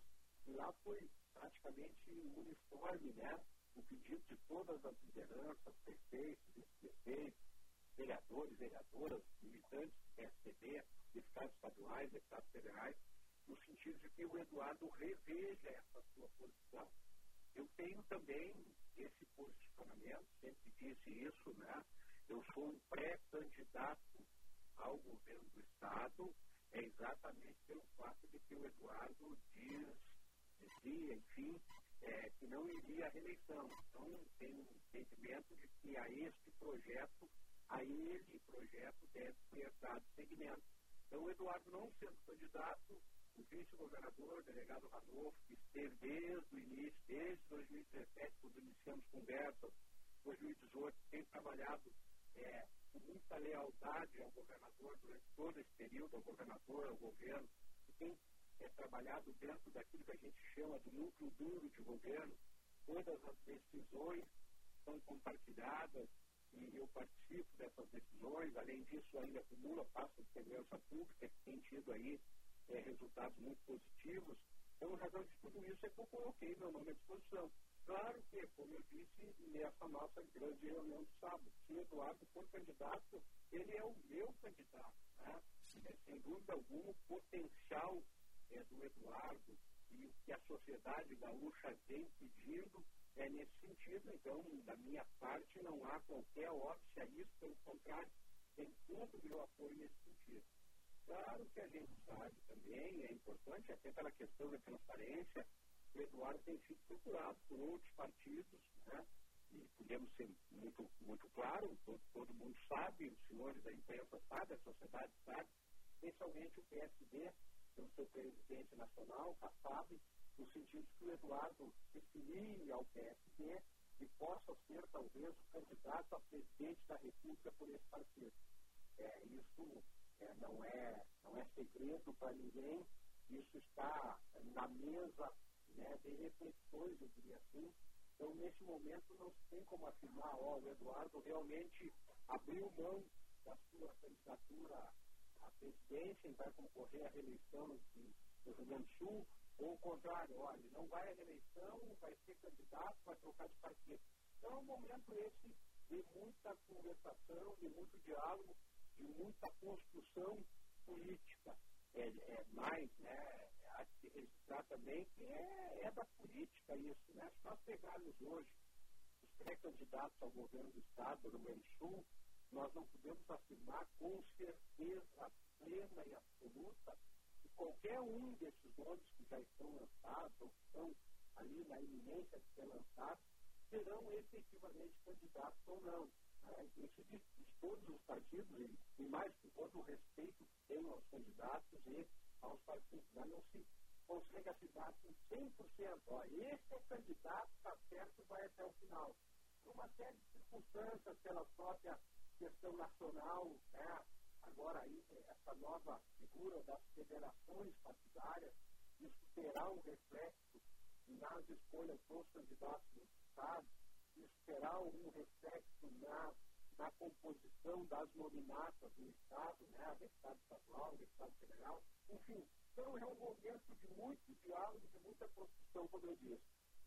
e lá foi praticamente uniforme, né? O pedido de todas as lideranças, prefeitos, vice-prefeitos, vereadores, vereadoras, militantes do P S D B, deputados estaduais, deputados federais, no sentido de que o Eduardo reveja essa sua posição. Eu tenho também esse posicionamento, sempre disse isso, né? Eu sou um pré-candidato ao governo do Estado, é exatamente pelo fato de que o Eduardo diz, dizia, enfim, é, que não iria à reeleição. Então, tem um entendimento de que a este projeto, a ele projeto deve ser dado seguimento. Então, o Eduardo não sendo candidato, o vice-governador, o delegado Ranolfo, que esteve desde o início, desde dois mil e dezessete, quando iniciamos conversas, dois mil e dezoito, tem trabalhado é, com muita lealdade ao governador durante todo esse período, ao governador, ao governo, que tem é, trabalhado dentro daquilo que a gente chama de núcleo duro de governo. Todas as decisões são compartilhadas e eu participo dessas decisões. Além disso, ainda acumula pasta de segurança pública, que tem tido aí é, resultados muito positivos. Então, a razão de tudo isso é que eu coloquei meu nome à disposição. Claro que, como eu disse, nessa nossa grande reunião de sábado, se o Eduardo for candidato, ele é o meu candidato. Né? É, sem dúvida alguma, o potencial é, do Eduardo e o que a sociedade gaúcha vem pedindo é nesse sentido. Então, da minha parte, não há qualquer óbvio a isso, pelo contrário, tem todo o meu apoio nesse sentido. Claro que a gente sabe também, é importante, até pela questão da transparência, o Eduardo tem sido procurado por outros partidos, né? E podemos ser muito, muito claros, todo, todo mundo sabe, os senhores da imprensa sabem, a sociedade sabe, especialmente o P S D, pelo seu presidente nacional, Kassab, no sentido que o Eduardo se filie ao P S D e possa ser, talvez, o candidato a presidente da República por esse partido. É, isso é, não, é, não é segredo para ninguém, isso está na mesa, né, de reflexões, eu diria assim. Então, nesse momento, não se tem como afirmar, ó, o Eduardo realmente abriu mão da sua candidatura à presidência e vai concorrer à reeleição do Rio Grande do Sul, ou o contrário, ó, ele não vai à reeleição, vai ser candidato, vai trocar de partido. Então, é um momento esse de muita conversação, de muito diálogo, de muita construção política. É, é mais, né, há de se registrar também que é, é da política isso, né? Se nós pegarmos hoje os pré-candidatos ao governo do Estado, do Rio Grande do Sul, nós não podemos afirmar com certeza plena e absoluta que qualquer um desses nomes que já estão lançados, ou que estão ali na iminência de ser lançados, serão efetivamente candidatos ou não. Né? Isso de, de todos os partidos, e, e mais com todo o respeito que tem aos candidatos e aos partidos, né? Não se consegue afirmar com cem por cento, ó, esse é o candidato, está certo, vai até o final. Por uma série de circunstâncias, pela própria questão nacional, né? Agora aí, essa nova figura das federações partidárias, isso terá um reflexo nas escolhas dos candidatos no Estado, isso terá um reflexo na, na composição das nominatas do Estado, né, deputado estadual, deputado federal, enfim. Então é um momento de muito diálogo, de muita construção, como eu disse.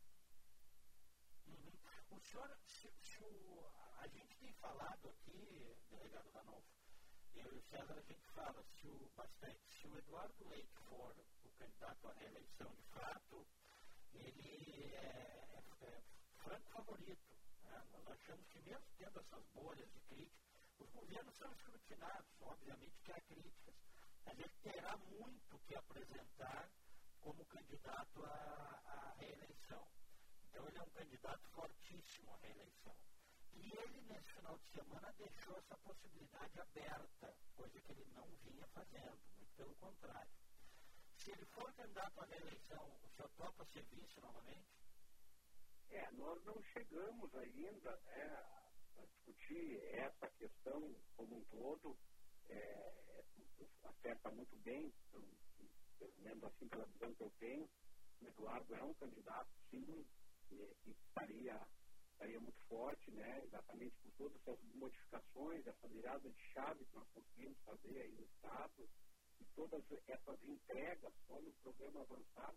Uhum. O senhor, se, se o, a gente tem falado aqui, delegado Ranolfo, eu e o César, a gente fala se o, bastante, se o Eduardo Leite for o candidato à reeleição de fato, ele é, é, é franco favorito. Né? Nós achamos que mesmo tendo essas bolhas de crítica, os governos são escrutinados, obviamente que há críticas, mas ele terá muito que apresentar como candidato à, à reeleição. Então ele é um candidato fortíssimo à reeleição. E ele, nesse final de semana, deixou essa possibilidade aberta, coisa que ele não vinha fazendo, muito pelo contrário. Se ele for candidato à reeleição, o senhor topa ser vice novamente? É, nós não chegamos ainda, né, a discutir essa questão como um todo. É, acerta muito bem, então, pelo menos assim pela visão que eu tenho. O Eduardo é um candidato, sim, que estaria, estaria muito forte, né, exatamente por todas essas modificações, essa virada de chave que nós conseguimos fazer aí no Estado, e todas essas entregas, olha o programa avançado.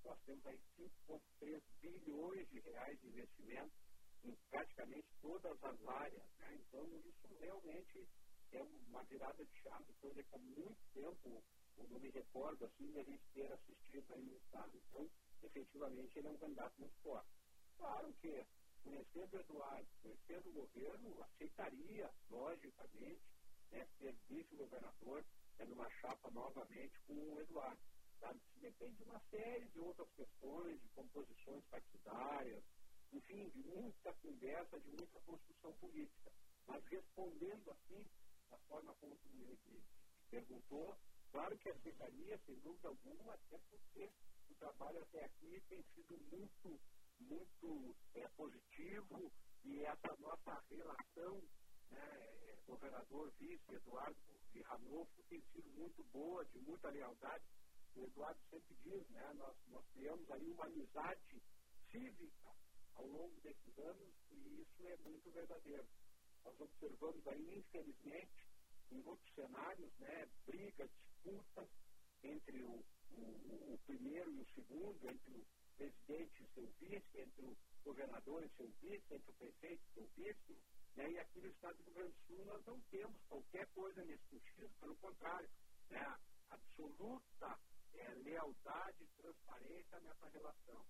nós temos aí cinco vírgula três bilhões de reais de investimento em praticamente todas as áreas, né? Então, isso realmente é uma virada de chave, coisa que há muito tempo, eu não me recordo assim, de a gente ter assistido aí no Estado. Então, efetivamente, ele é um candidato muito forte. Claro que, conhecendo o Eduardo, conhecendo o governo, aceitaria, logicamente, né, ser vice-governador é numa chapa novamente com o Eduardo. Sabe? Isso depende de uma série de outras questões, de composições partidárias, enfim, de muita conversa, de muita construção política. Mas respondendo assim, da forma como tu me perguntou, claro que aceitaria, sem dúvida alguma, até porque o trabalho até aqui tem sido muito, muito é, positivo e essa nossa relação, né, governador-vice, Eduardo e Ranolfo, tem sido muito boa, de muita lealdade. O Eduardo sempre diz, né, nós, nós criamos aí uma amizade cívica ao longo desses anos e isso é muito verdadeiro. Nós observamos aí, infelizmente, em outros cenários, né, briga, disputa entre o, o, o primeiro e o segundo, entre o presidente e seu vice, entre o governador e seu vice, entre o prefeito e seu vice, né, e aqui no estado do Rio Grande do Sul nós não temos qualquer coisa nesse sentido, pelo contrário, né, absoluta é, lealdade e transparência nessa relação.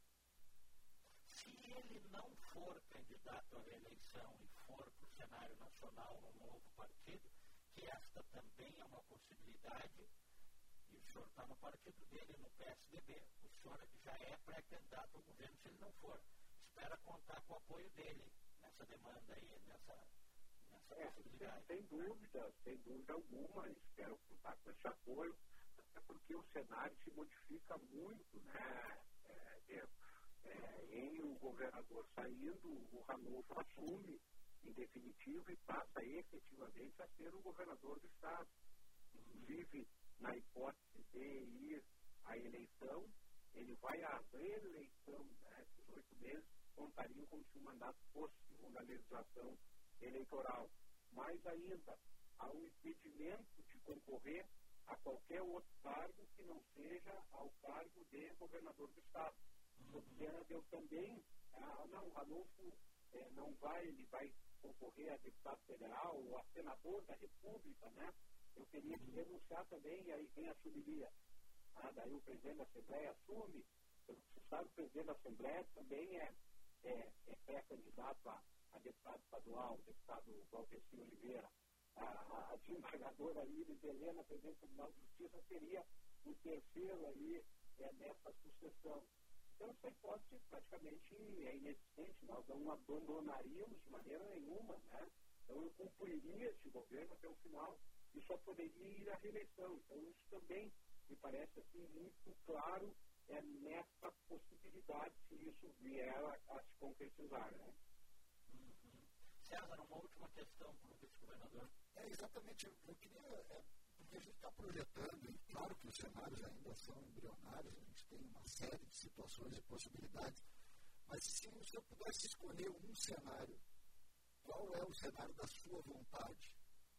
Se ele não for candidato à reeleição e for para o cenário nacional no novo partido, que esta também é uma possibilidade, e o senhor está no partido dele, no P S D B, o senhor já é pré-candidato ao governo se ele não for. Espera contar com o apoio dele nessa demanda aí, nessa, nessa é, possibilidade. Sem dúvida, sem dúvida alguma, espero contar com esse apoio, até porque o cenário se modifica muito, né? É, é, É, em o governador saindo, o Ranolfo assume em definitivo e passa efetivamente a ser o governador do estado. Inclusive, na hipótese de ir à eleição, ele vai à reeleição, né? Esses oito meses contariam como se o mandato fosse uma legislação eleitoral. Mais ainda, há um impedimento de concorrer a qualquer outro cargo que não seja ao cargo de governador do estado. Sob pena de eu também, ah, não, o Ranolfo eh, não vai, ele vai concorrer a deputado federal ou a senador da República, né? Eu teria que denunciar também, e aí quem assumiria? Ah, daí o presidente da Assembleia assume, pelo que você sabe, o presidente da Assembleia também é, é, é pré-candidato a, a deputado estadual, o deputado Valdeci Oliveira. A, a, a desembargadora Iris Helena, presidente do Tribunal de Justiça, seria o terceiro aí é, nessa sucessão. Então, essa hipótese praticamente é inexistente, nós não abandonaríamos de maneira nenhuma, né? Então, eu cumpriria esse governo até o final e só poderia ir à reeleição. Então, isso também me parece assim, muito claro é, nessa possibilidade, se isso vier a, a se concretizar, né? Uhum. César, uma última questão para o vice-governador. É, exatamente, eu, eu queria... É... Porque a gente está projetando, e claro que os cenários ainda são embrionários, a gente tem uma série de situações e possibilidades, mas se o senhor pudesse escolher um cenário, qual é o cenário da sua vontade?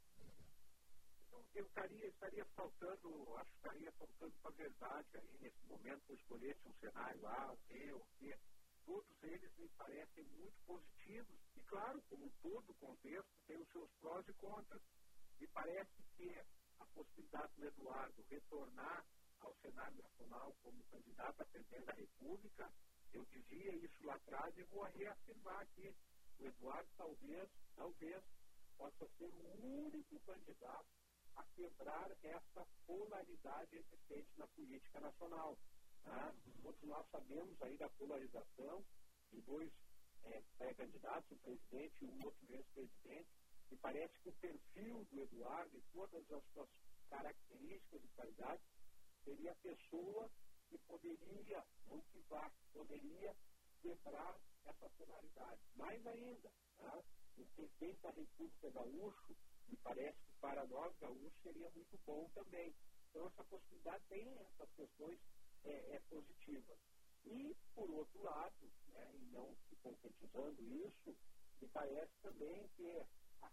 Então, eu estaria, estaria faltando, acho que estaria faltando para a verdade aí, nesse momento, se eu escolhesse um cenário A, B ou C, todos eles me parecem muito positivos, e claro, como todo contexto, tem os seus prós e contras. Me parece que a possibilidade do Eduardo retornar ao cenário nacional como candidato a presidente da República, eu dizia isso lá atrás e vou reafirmar aqui. O Eduardo talvez, talvez, possa ser o único candidato a quebrar essa polaridade existente na política nacional. Tá? Todos nós sabemos aí da polarização de dois é, pré-candidatos, o presidente e o outro ex-presidente. Me parece que o perfil do Eduardo e todas as suas características e qualidades seria a pessoa que poderia, não que vá, poderia quebrar essa polaridade. Mais ainda, tá? O presidente da República Gaúcho, me parece que para nós gaúchos seria muito bom também. Então essa possibilidade tem essas questões é, é, positivas. E, por outro lado, né, e não se concretizando isso, me parece também que a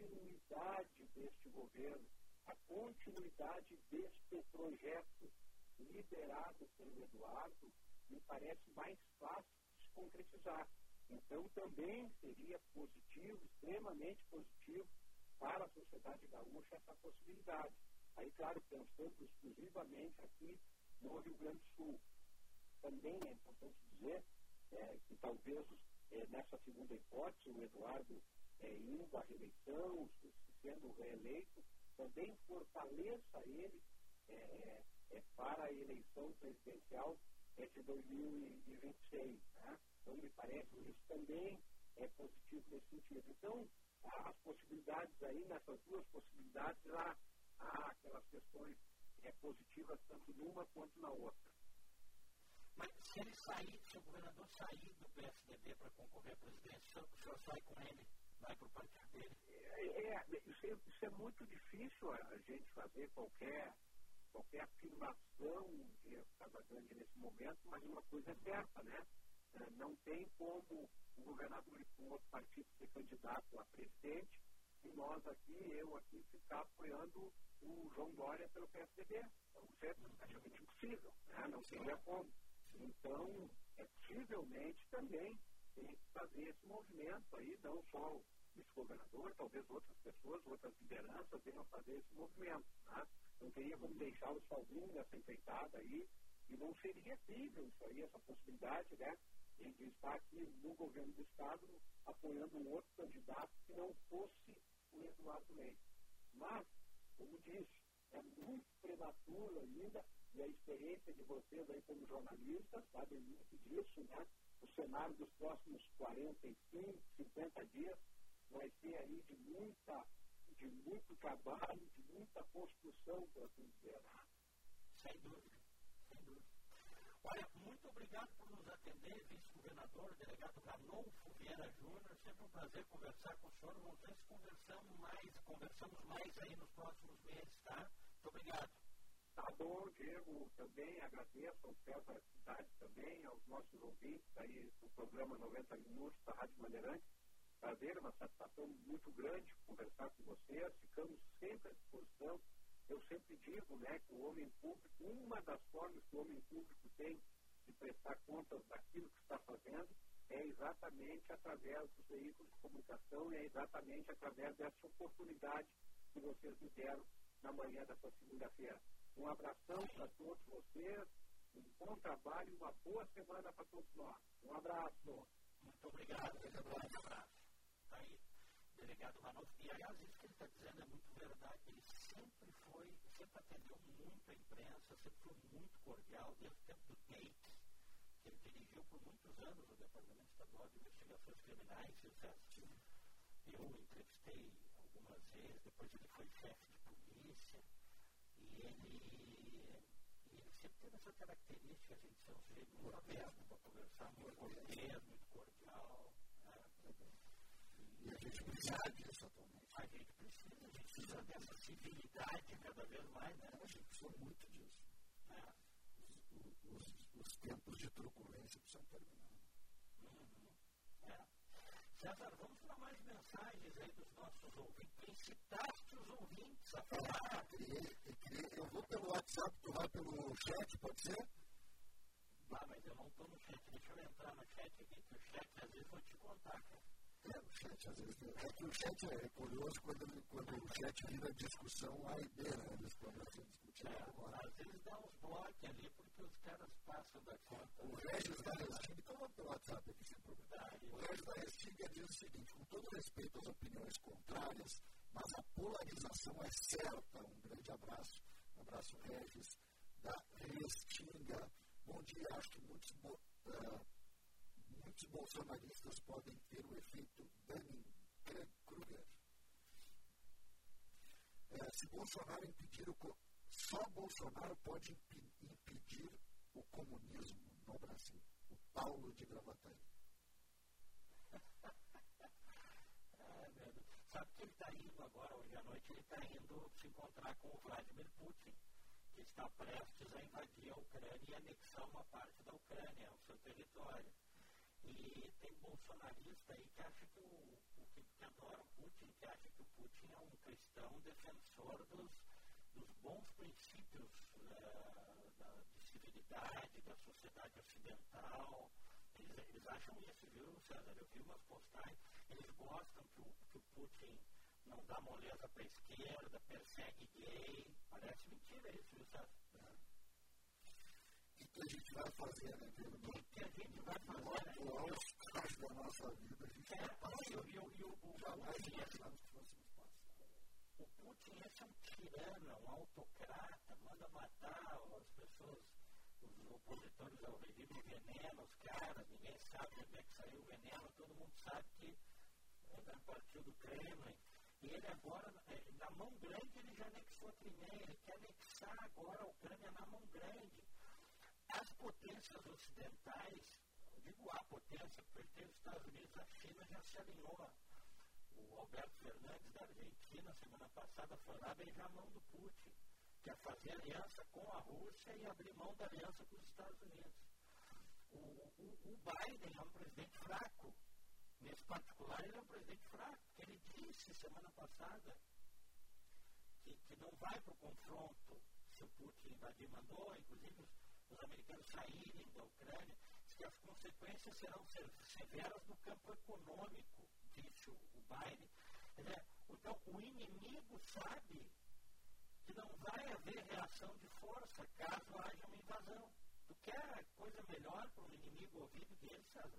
continuidade deste governo, a continuidade deste projeto liderado pelo Eduardo, me parece mais fácil de se concretizar. Então, também seria positivo, extremamente positivo, para a sociedade gaúcha essa possibilidade. Aí, claro, pensando exclusivamente aqui no Rio Grande do Sul. Também é importante dizer é, que talvez é, nessa segunda hipótese, o Eduardo é, indo à reeleição, sendo reeleito, também fortaleça ele é, é, para a eleição presidencial de dois mil e vinte e seis. Né? Então, me parece que isso também é positivo nesse sentido. Então, as possibilidades aí, nessas duas possibilidades, há, há aquelas questões é, positivas tanto numa quanto na outra. Mas se ele sair, se o governador sair do P S D B para concorrer à presidência, o senhor sai com ele, vai para o partido dele? É, é, isso, é, isso é muito difícil a gente fazer qualquer, qualquer afirmação de Casa Grande nesse momento, mas uma coisa é certa, né? Não tem como o governador ir para um outro partido ser candidato a presidente e nós aqui, eu aqui, ficar apoiando o João Dória pelo P S D B. Então, isso é praticamente impossível, né? Não teria como. Então, é possivelmente também tem que fazer esse movimento aí, não só o vice-governador, talvez outras pessoas, outras lideranças venham fazer esse movimento. Né? Não teria como deixá-lo sozinho nessa empreitada aí, e não seria crível isso aí, essa possibilidade, né? De estar aqui no governo do Estado apoiando um outro candidato que não fosse o Eduardo Leite. Mas, como disse, é muito prematuro ainda, e a experiência de vocês aí como jornalistas sabem muito disso, né? O cenário dos próximos quarenta e cinco, cinquenta dias vai ser aí de, muita, de muito trabalho, de muita construção, por assim dizer. Sem dúvida, sem dúvida. Olha, muito obrigado por nos atender, vice-governador, delegado Ranolfo Vieira Júnior. Sempre um prazer conversar com o senhor. Vamos ver se conversamos mais, conversamos mais aí nos próximos meses, tá? Muito obrigado. Tá bom, Diego, também agradeço ao César Cidade também, aos nossos ouvintes aí do programa noventa Minutos da Rádio Bandeirantes. Prazer, uma satisfação muito grande conversar com vocês. Ficamos sempre à disposição. Eu sempre digo, né, que o homem público, uma das formas que o homem público tem de prestar contas daquilo que está fazendo é exatamente através dos veículos de comunicação e é exatamente através dessa oportunidade que vocês me deram na manhã dessa segunda-feira. Um abração para todos vocês, um bom trabalho e uma boa semana para todos nós. Um abraço. Muito obrigado. Um abraço. Está aí, delegado Ranolfo. E, aliás, isso que ele está dizendo é muito verdade. Ele sempre foi, sempre atendeu muito a imprensa, sempre foi muito cordial, desde o tempo do T E I C, que ele dirigiu por muitos anos o Departamento Estadual de Investigações Criminais, e eu entrevistei algumas vezes, depois ele foi chefe de polícia, e ele, e ele sempre teve essa característica assim, de ser um sujeito muito aberto para conversar, muito cordial, muito cordial. E a gente precisa disso atualmente. A gente precisa, a gente precisa dessa civilidade cada vez mais, né? A gente precisa muito disso. É. Os, os, os tempos de truculência precisam terminar. Uhum. É. César, vamos para mais mensagens aí dos nossos ouvintes. Incitaste os ouvintes a falar. É, criei, criei, eu vou pelo WhatsApp, tu vai pelo chat, pode ser? Ah, mas eu não estou no chat. Deixa eu entrar no chat aqui, que o chat às vezes vou te contar, cara. É, o chat, às vezes, é que o chat é curioso quando, quando o chat vira discussão A e B, né? Eles começam a discutir é, agora. Às vezes dá uns blocos ali, porque os caras passam da conta. O Regis da Restinga, então vamos pelo WhatsApp aqui sem problema. Tá, o Regis da Restinga diz o seguinte: com todo respeito às opiniões contrárias, mas a polarização é certa. Um grande abraço. Um abraço, Regis da Restinga. Bom dia, acho que muitos. Uh, Muitos bolsonaristas podem ter o efeito Dunning-Kruger. É, se Bolsonaro impedir o... Co- só Bolsonaro pode imp- impedir o comunismo no Brasil. O Paulo de Gravataí. É, meu Deus. Sabe que ele está indo agora, hoje à noite, ele está indo se encontrar com o Vladimir Putin, que está prestes a invadir a Ucrânia e anexar uma parte da Ucrânia, o seu território. E tem bolsonarista aí que acha que o, o que, que adora o Putin, que acha que o Putin é um cristão defensor dos, dos bons princípios uh, da, sociedade ocidental. Eles, eles acham isso, viu, César? Eu vi umas postagens, eles gostam que o, que o Putin não dá moleza para a esquerda, persegue gay. Parece mentira isso, viu, César? O que a gente vai fazer, né? O que a gente vai fazer, né? O auge da nossa vida, a gente vai passar. E o jamais Putin, que fôssemos passar. o Putin esse é um tirano, um autocrata, manda matar as pessoas, os opositores ao regime, veneno, os caras, ninguém sabe onde é que saiu o veneno, todo mundo sabe que é, partiu do Kremlin. E ele agora, na mão grande, ele já anexou a Crimeia, ele quer anexar agora a Ucrânia na mão grande. As potências ocidentais, eu digo a potência, porque os Estados Unidos, a China já se alinhou. O Alberto Fernandes, da Argentina, semana passada, foi lá beijar a mão do Putin, quer fazer aliança com a Rússia e abrir mão da aliança com os Estados Unidos. O, o, o Biden é um presidente fraco. Nesse particular, ele é um presidente fraco, porque ele disse semana passada que, que não vai para o confronto se o Putin invadir, mandou, inclusive, os, os americanos saírem da Ucrânia, que as consequências serão severas no campo econômico, disse o, o Biden. Então, o inimigo sabe que não vai haver reação de força caso haja uma invasão. Tu quer coisa melhor para um inimigo ouvido dele, César?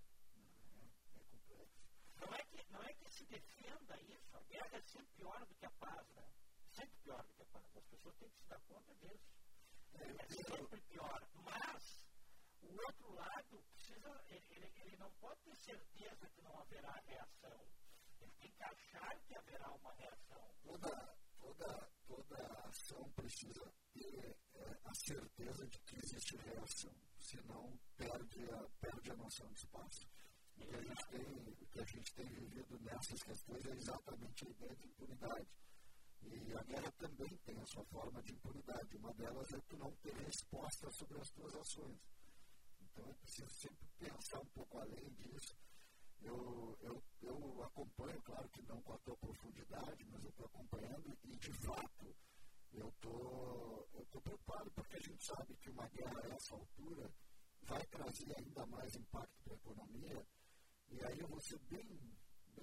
Não é, que, não é que se defenda isso, a guerra é sempre pior do que a paz, né? Sempre pior do que a paz. As pessoas têm que se dar conta disso. É sempre pior. Mas o outro lado precisa, ele, ele, ele não pode ter certeza que não haverá reação. Ele tem que achar que haverá uma reação. Toda, toda, toda ação precisa ter é, a certeza de que existe reação. Senão perde a, perde a noção de espaço. O que, a gente tem, o que a gente tem vivido nessas questões é exatamente a ideia de impunidade. E a guerra também tem a sua forma de impunidade. Uma delas é tu não ter resposta sobre as tuas ações. Então é preciso sempre pensar um pouco além disso. Eu, eu, eu acompanho, claro que não com a tua profundidade, mas eu estou acompanhando e, de fato, eu tô, estou preocupado porque a gente sabe que uma guerra a essa altura vai trazer ainda mais impacto para a economia. E aí eu vou ser bem,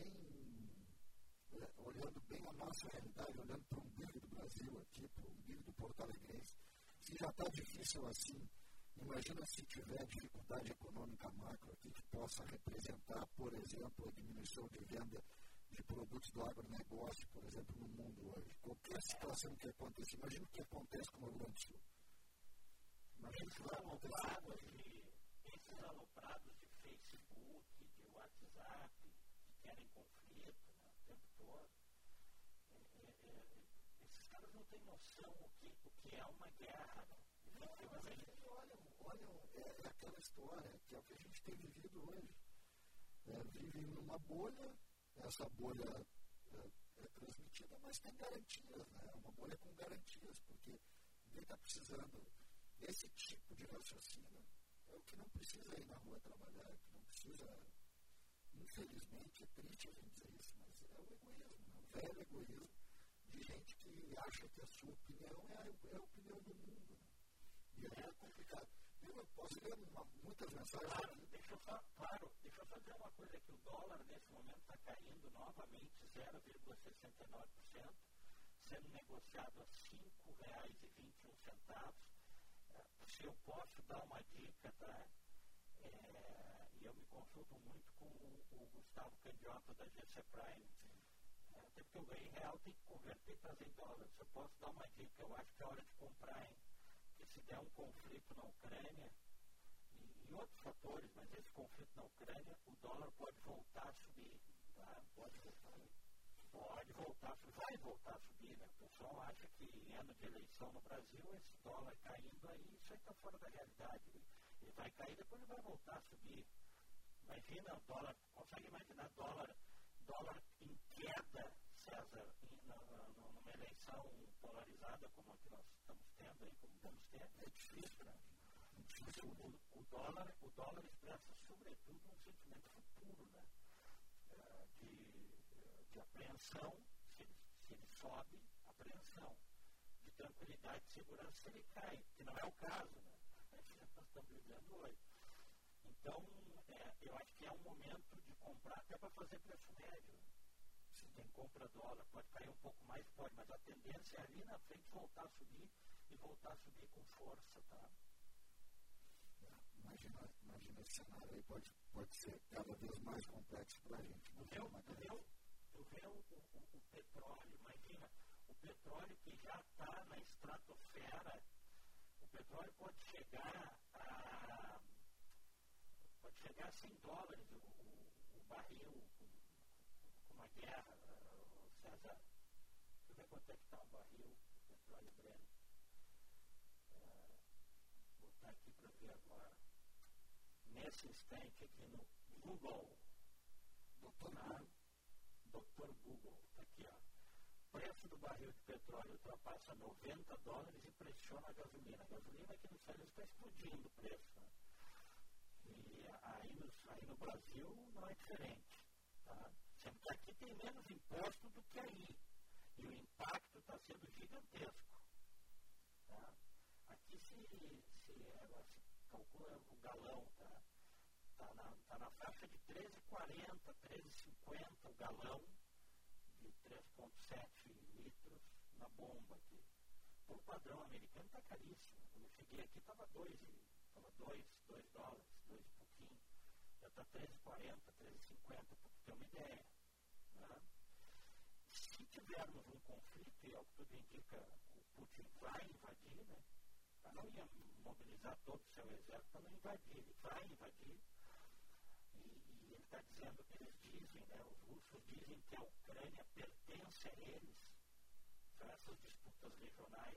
bem é, olhando bem a nossa realidade, olhando para o umbigo do Brasil aqui, para o umbigo do Porto Alegrense. Se já está difícil assim, imagina se tiver dificuldade econômica macro aqui que possa representar, por exemplo, a diminuição de venda de produtos do agronegócio, por exemplo, no mundo hoje. Qualquer situação que aconteça, imagina o que acontece com o Rio Grande do Sul. Imagina o que vai acontecer. Esses aloprados de Facebook, de WhatsApp, que querem conflito, né, o tempo todo, é, é, é, esses caras não têm noção o que, o que é uma guerra, né? Efetivamente, olham, olham é, é aquela história que é o que a gente tem vivido hoje. É, vivem numa bolha, essa bolha é, é transmitida, mas tem garantias, né? É uma bolha com garantias, porque ninguém está precisando desse tipo de raciocínio. É o que não precisa ir na rua trabalhar, é o que não precisa, infelizmente, é triste a gente dizer isso, mas é o egoísmo, né? O velho egoísmo de gente que acha que a sua opinião é a, é a opinião do mundo, né? E aí é complicado. Eu posso ler uma, muitas mensagens. Claro, deixa eu só, claro, deixa eu só dizer uma coisa, que o dólar nesse momento está caindo novamente zero vírgula sessenta e nove por cento, sendo negociado a cinco reais e vinte e um centavos. Se eu posso dar uma dica, tá? É, e eu me consulto muito com o, o Gustavo Candiota da G C Prime, é, até porque eu ganhei real, tem que converter e trazer em dólar. Se eu posso dar uma dica, eu acho que é hora de comprar, hein? Porque se der um conflito na Ucrânia, e, e outros fatores, mas esse conflito na Ucrânia, o dólar pode voltar a subir, tá? Pode voltar, pode voltar a subir, vai voltar a subir, né? O pessoal acha que em ano de eleição no Brasil, esse dólar caindo aí, isso aí está fora da realidade. Ele vai cair, depois ele vai voltar a subir. Imagina o dólar, consegue imaginar dólar, dólar em queda, César, em, na, na, numa eleição polarizada como a que nós estamos tendo aí, como vamos ter? É difícil, né? O, o, dólar, o dólar expressa, sobretudo, um sentimento futuro, né? É, de, de apreensão, se ele, se ele sobe, apreensão. De tranquilidade e segurança, se ele cai, que não é o caso, né? que nós estamos vivendo hoje. Então, é, eu acho que é um momento de comprar até para fazer preço médio. Se tem compra dólar, pode cair um pouco mais, pode, mas a tendência é ali na frente voltar a subir e voltar a subir com força, tá? Imagina, imagina esse cenário aí, pode, pode ser cada vez mais complexo para a gente. Tu vê, tu vê, tu vê o, o, o petróleo, imagina, o petróleo que já está na estratosfera, o petróleo pode chegar a, pode chegar a cem dólares o, o, o barril com, com uma guerra. César, deixa eu ver quanto é que está o barril, o petróleo Brent. É, vou botar aqui para ver agora. Nesse instante aqui no Google, doutor Google, doutor Google, está aqui, ó. Preço do barril de petróleo ultrapassa noventa dólares e pressiona a gasolina. A gasolina aqui nos Estados Unidos está explodindo o preço. Né? E aí, nos, aí no Brasil não é diferente. Tá? Sendo que aqui tem menos imposto do que aí. E o impacto está sendo gigantesco. Tá? Aqui se, se, é, se calcula o galão, tá? Está na, tá na faixa de treze reais e quarenta centavos, treze reais e cinquenta centavos o galão de três vírgula sete litros na bomba aqui. Por padrão americano está caríssimo. Quando eu cheguei aqui estava dois, estava dois, dois dólares, dois e pouquinho. Já está treze reais e quarenta centavos, treze reais e cinquenta centavos, para ter uma ideia. Né? Se tivermos um conflito, e é o que tudo indica, o Putin vai invadir, né? Não ia mobilizar todo o seu exército para não invadir, ele vai invadir. E, e ele está dizendo, eles dizem, né, os russos dizem que a Ucrânia pertence a eles. São essas disputas regionais.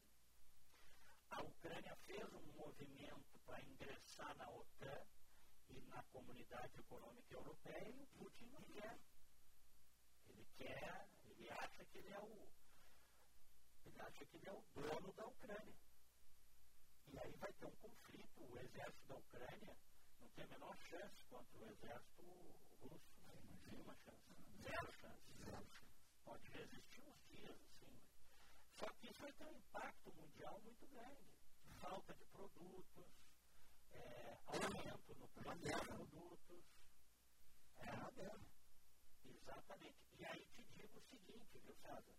A Ucrânia fez um movimento para ingressar na OTAN e na Comunidade Econômica Europeia e o Putin não quer. Ele quer, ele acha que ele é o, ele acha que ele é o dono da Ucrânia. E aí vai ter um conflito. O exército da Ucrânia não tem a menor chance contra o exército russo. Não tem uma chance. Zero chance. Zero chance. Pode resistir uns dias, assim. Só que isso vai ter um impacto mundial muito grande. Falta de produtos, é, aumento no preço dos produtos. É uma guerra. Exatamente. E aí te digo o seguinte, viu, César?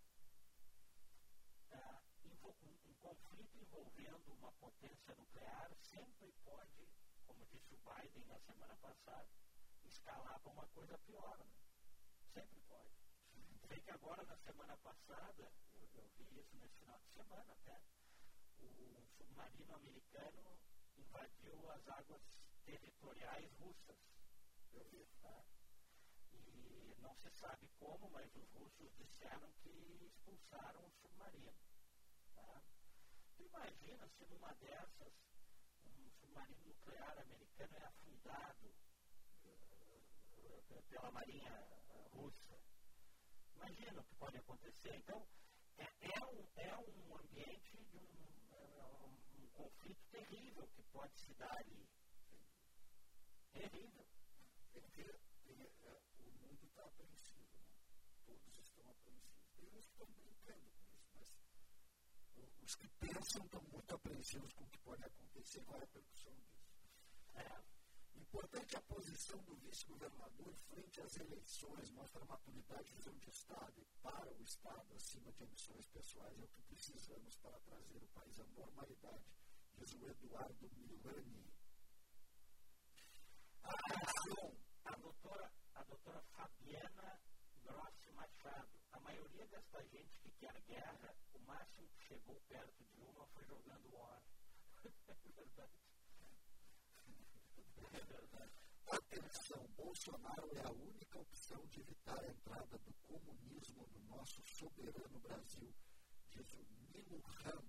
É, um, um conflito envolvendo uma potência nuclear sempre pode, como disse o Biden na semana passada, escalar para uma coisa pior, né? Sempre pode. Sei que agora, na semana passada, eu, eu vi isso nesse final de semana até, um submarino americano invadiu as águas territoriais russas. Eu vi, tá? E não se sabe como, mas os russos disseram que expulsaram o submarino. Tá? Tu imagina se numa dessas um submarino nuclear americano é afundado uh, pela marinha uh, russa. Imagina o que pode acontecer. Então, é, é, um, é um ambiente de um, é um, um conflito terrível que pode se dar ali. Terrível. Porque é, o mundo está apreensivo, né? Todos estão apreensivos. Tem uns que estão brincando com isso, mas os que pensam estão muito apreensivos com o que pode acontecer, com a repercussão disso. É. Importante a posição do vice-governador frente às eleições, mostra a maturidade de um Estado e para o Estado, acima de ambições pessoais, é o que precisamos para trazer o país à normalidade, diz o Eduardo Milani. A, a, doutora, a doutora Fabiana Grossi Machado, a maioria dessa gente que quer guerra, o máximo que chegou perto de uma foi jogando war. É verdade. É verdade. Atenção, Bolsonaro é a única opção de evitar a entrada do comunismo no nosso soberano Brasil, diz o Nilo Ram.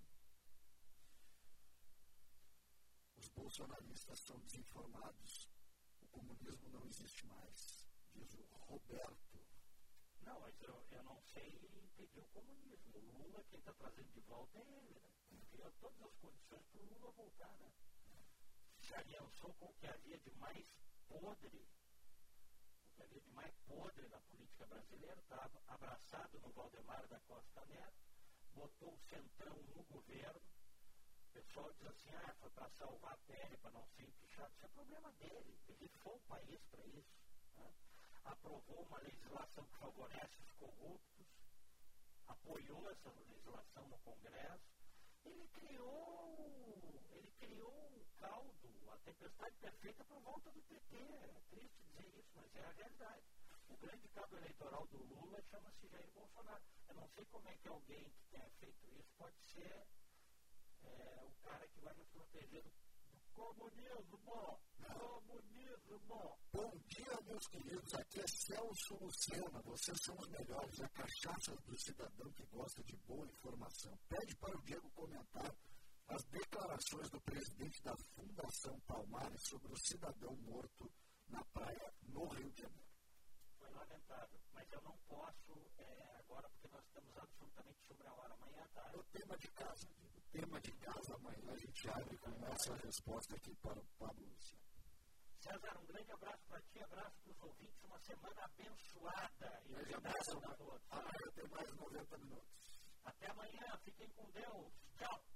Os bolsonaristas são desinformados. O comunismo não existe mais, diz o Roberto. Não, mas eu, eu não sei impedir o comunismo. O Lula, quem está trazendo de volta é ele, né? Ele criou todas as condições para o Lula voltar, né? Se aliançou com o que havia de mais podre, o que havia de mais podre na política brasileira, estava abraçado no Valdemar da Costa Neto, botou o centrão no governo. O pessoal diz assim, ah, para salvar a pele, para não ser empichado. Isso é problema dele. Ele foi o país para isso. Né? Aprovou uma legislação que favorece os corruptos, apoiou essa legislação no Congresso. Ele criou, ele criou um caldo, a tempestade perfeita por volta do P T. É triste dizer isso, mas é a realidade. O grande caldo eleitoral do Lula chama-se Jair Bolsonaro. Eu não sei como é que alguém que tenha feito isso pode ser é, o cara que vai nos proteger do, do comunismo. Comunismo. Bom dia, meus queridos. Aqui é Celso Lucena. Vocês são os melhores. A cachaça do cidadão que gosta de boa informação. Pede para o Diego comentar as declarações do presidente da Fundação Palmares sobre o cidadão morto na praia no Rio de Janeiro. Foi lamentável, mas eu não posso é, agora, porque nós estamos absolutamente sobre a hora. Amanhã à tarde. O tema de casa, o tema de casa amanhã a gente abre com essa resposta aqui para o Pablo Luciano. César, um grande abraço para ti, abraço para os ouvintes, uma semana abençoada. E um abraço a todos. Amanhã tem mais noventa minutos. Até amanhã, fiquem com Deus. Tchau.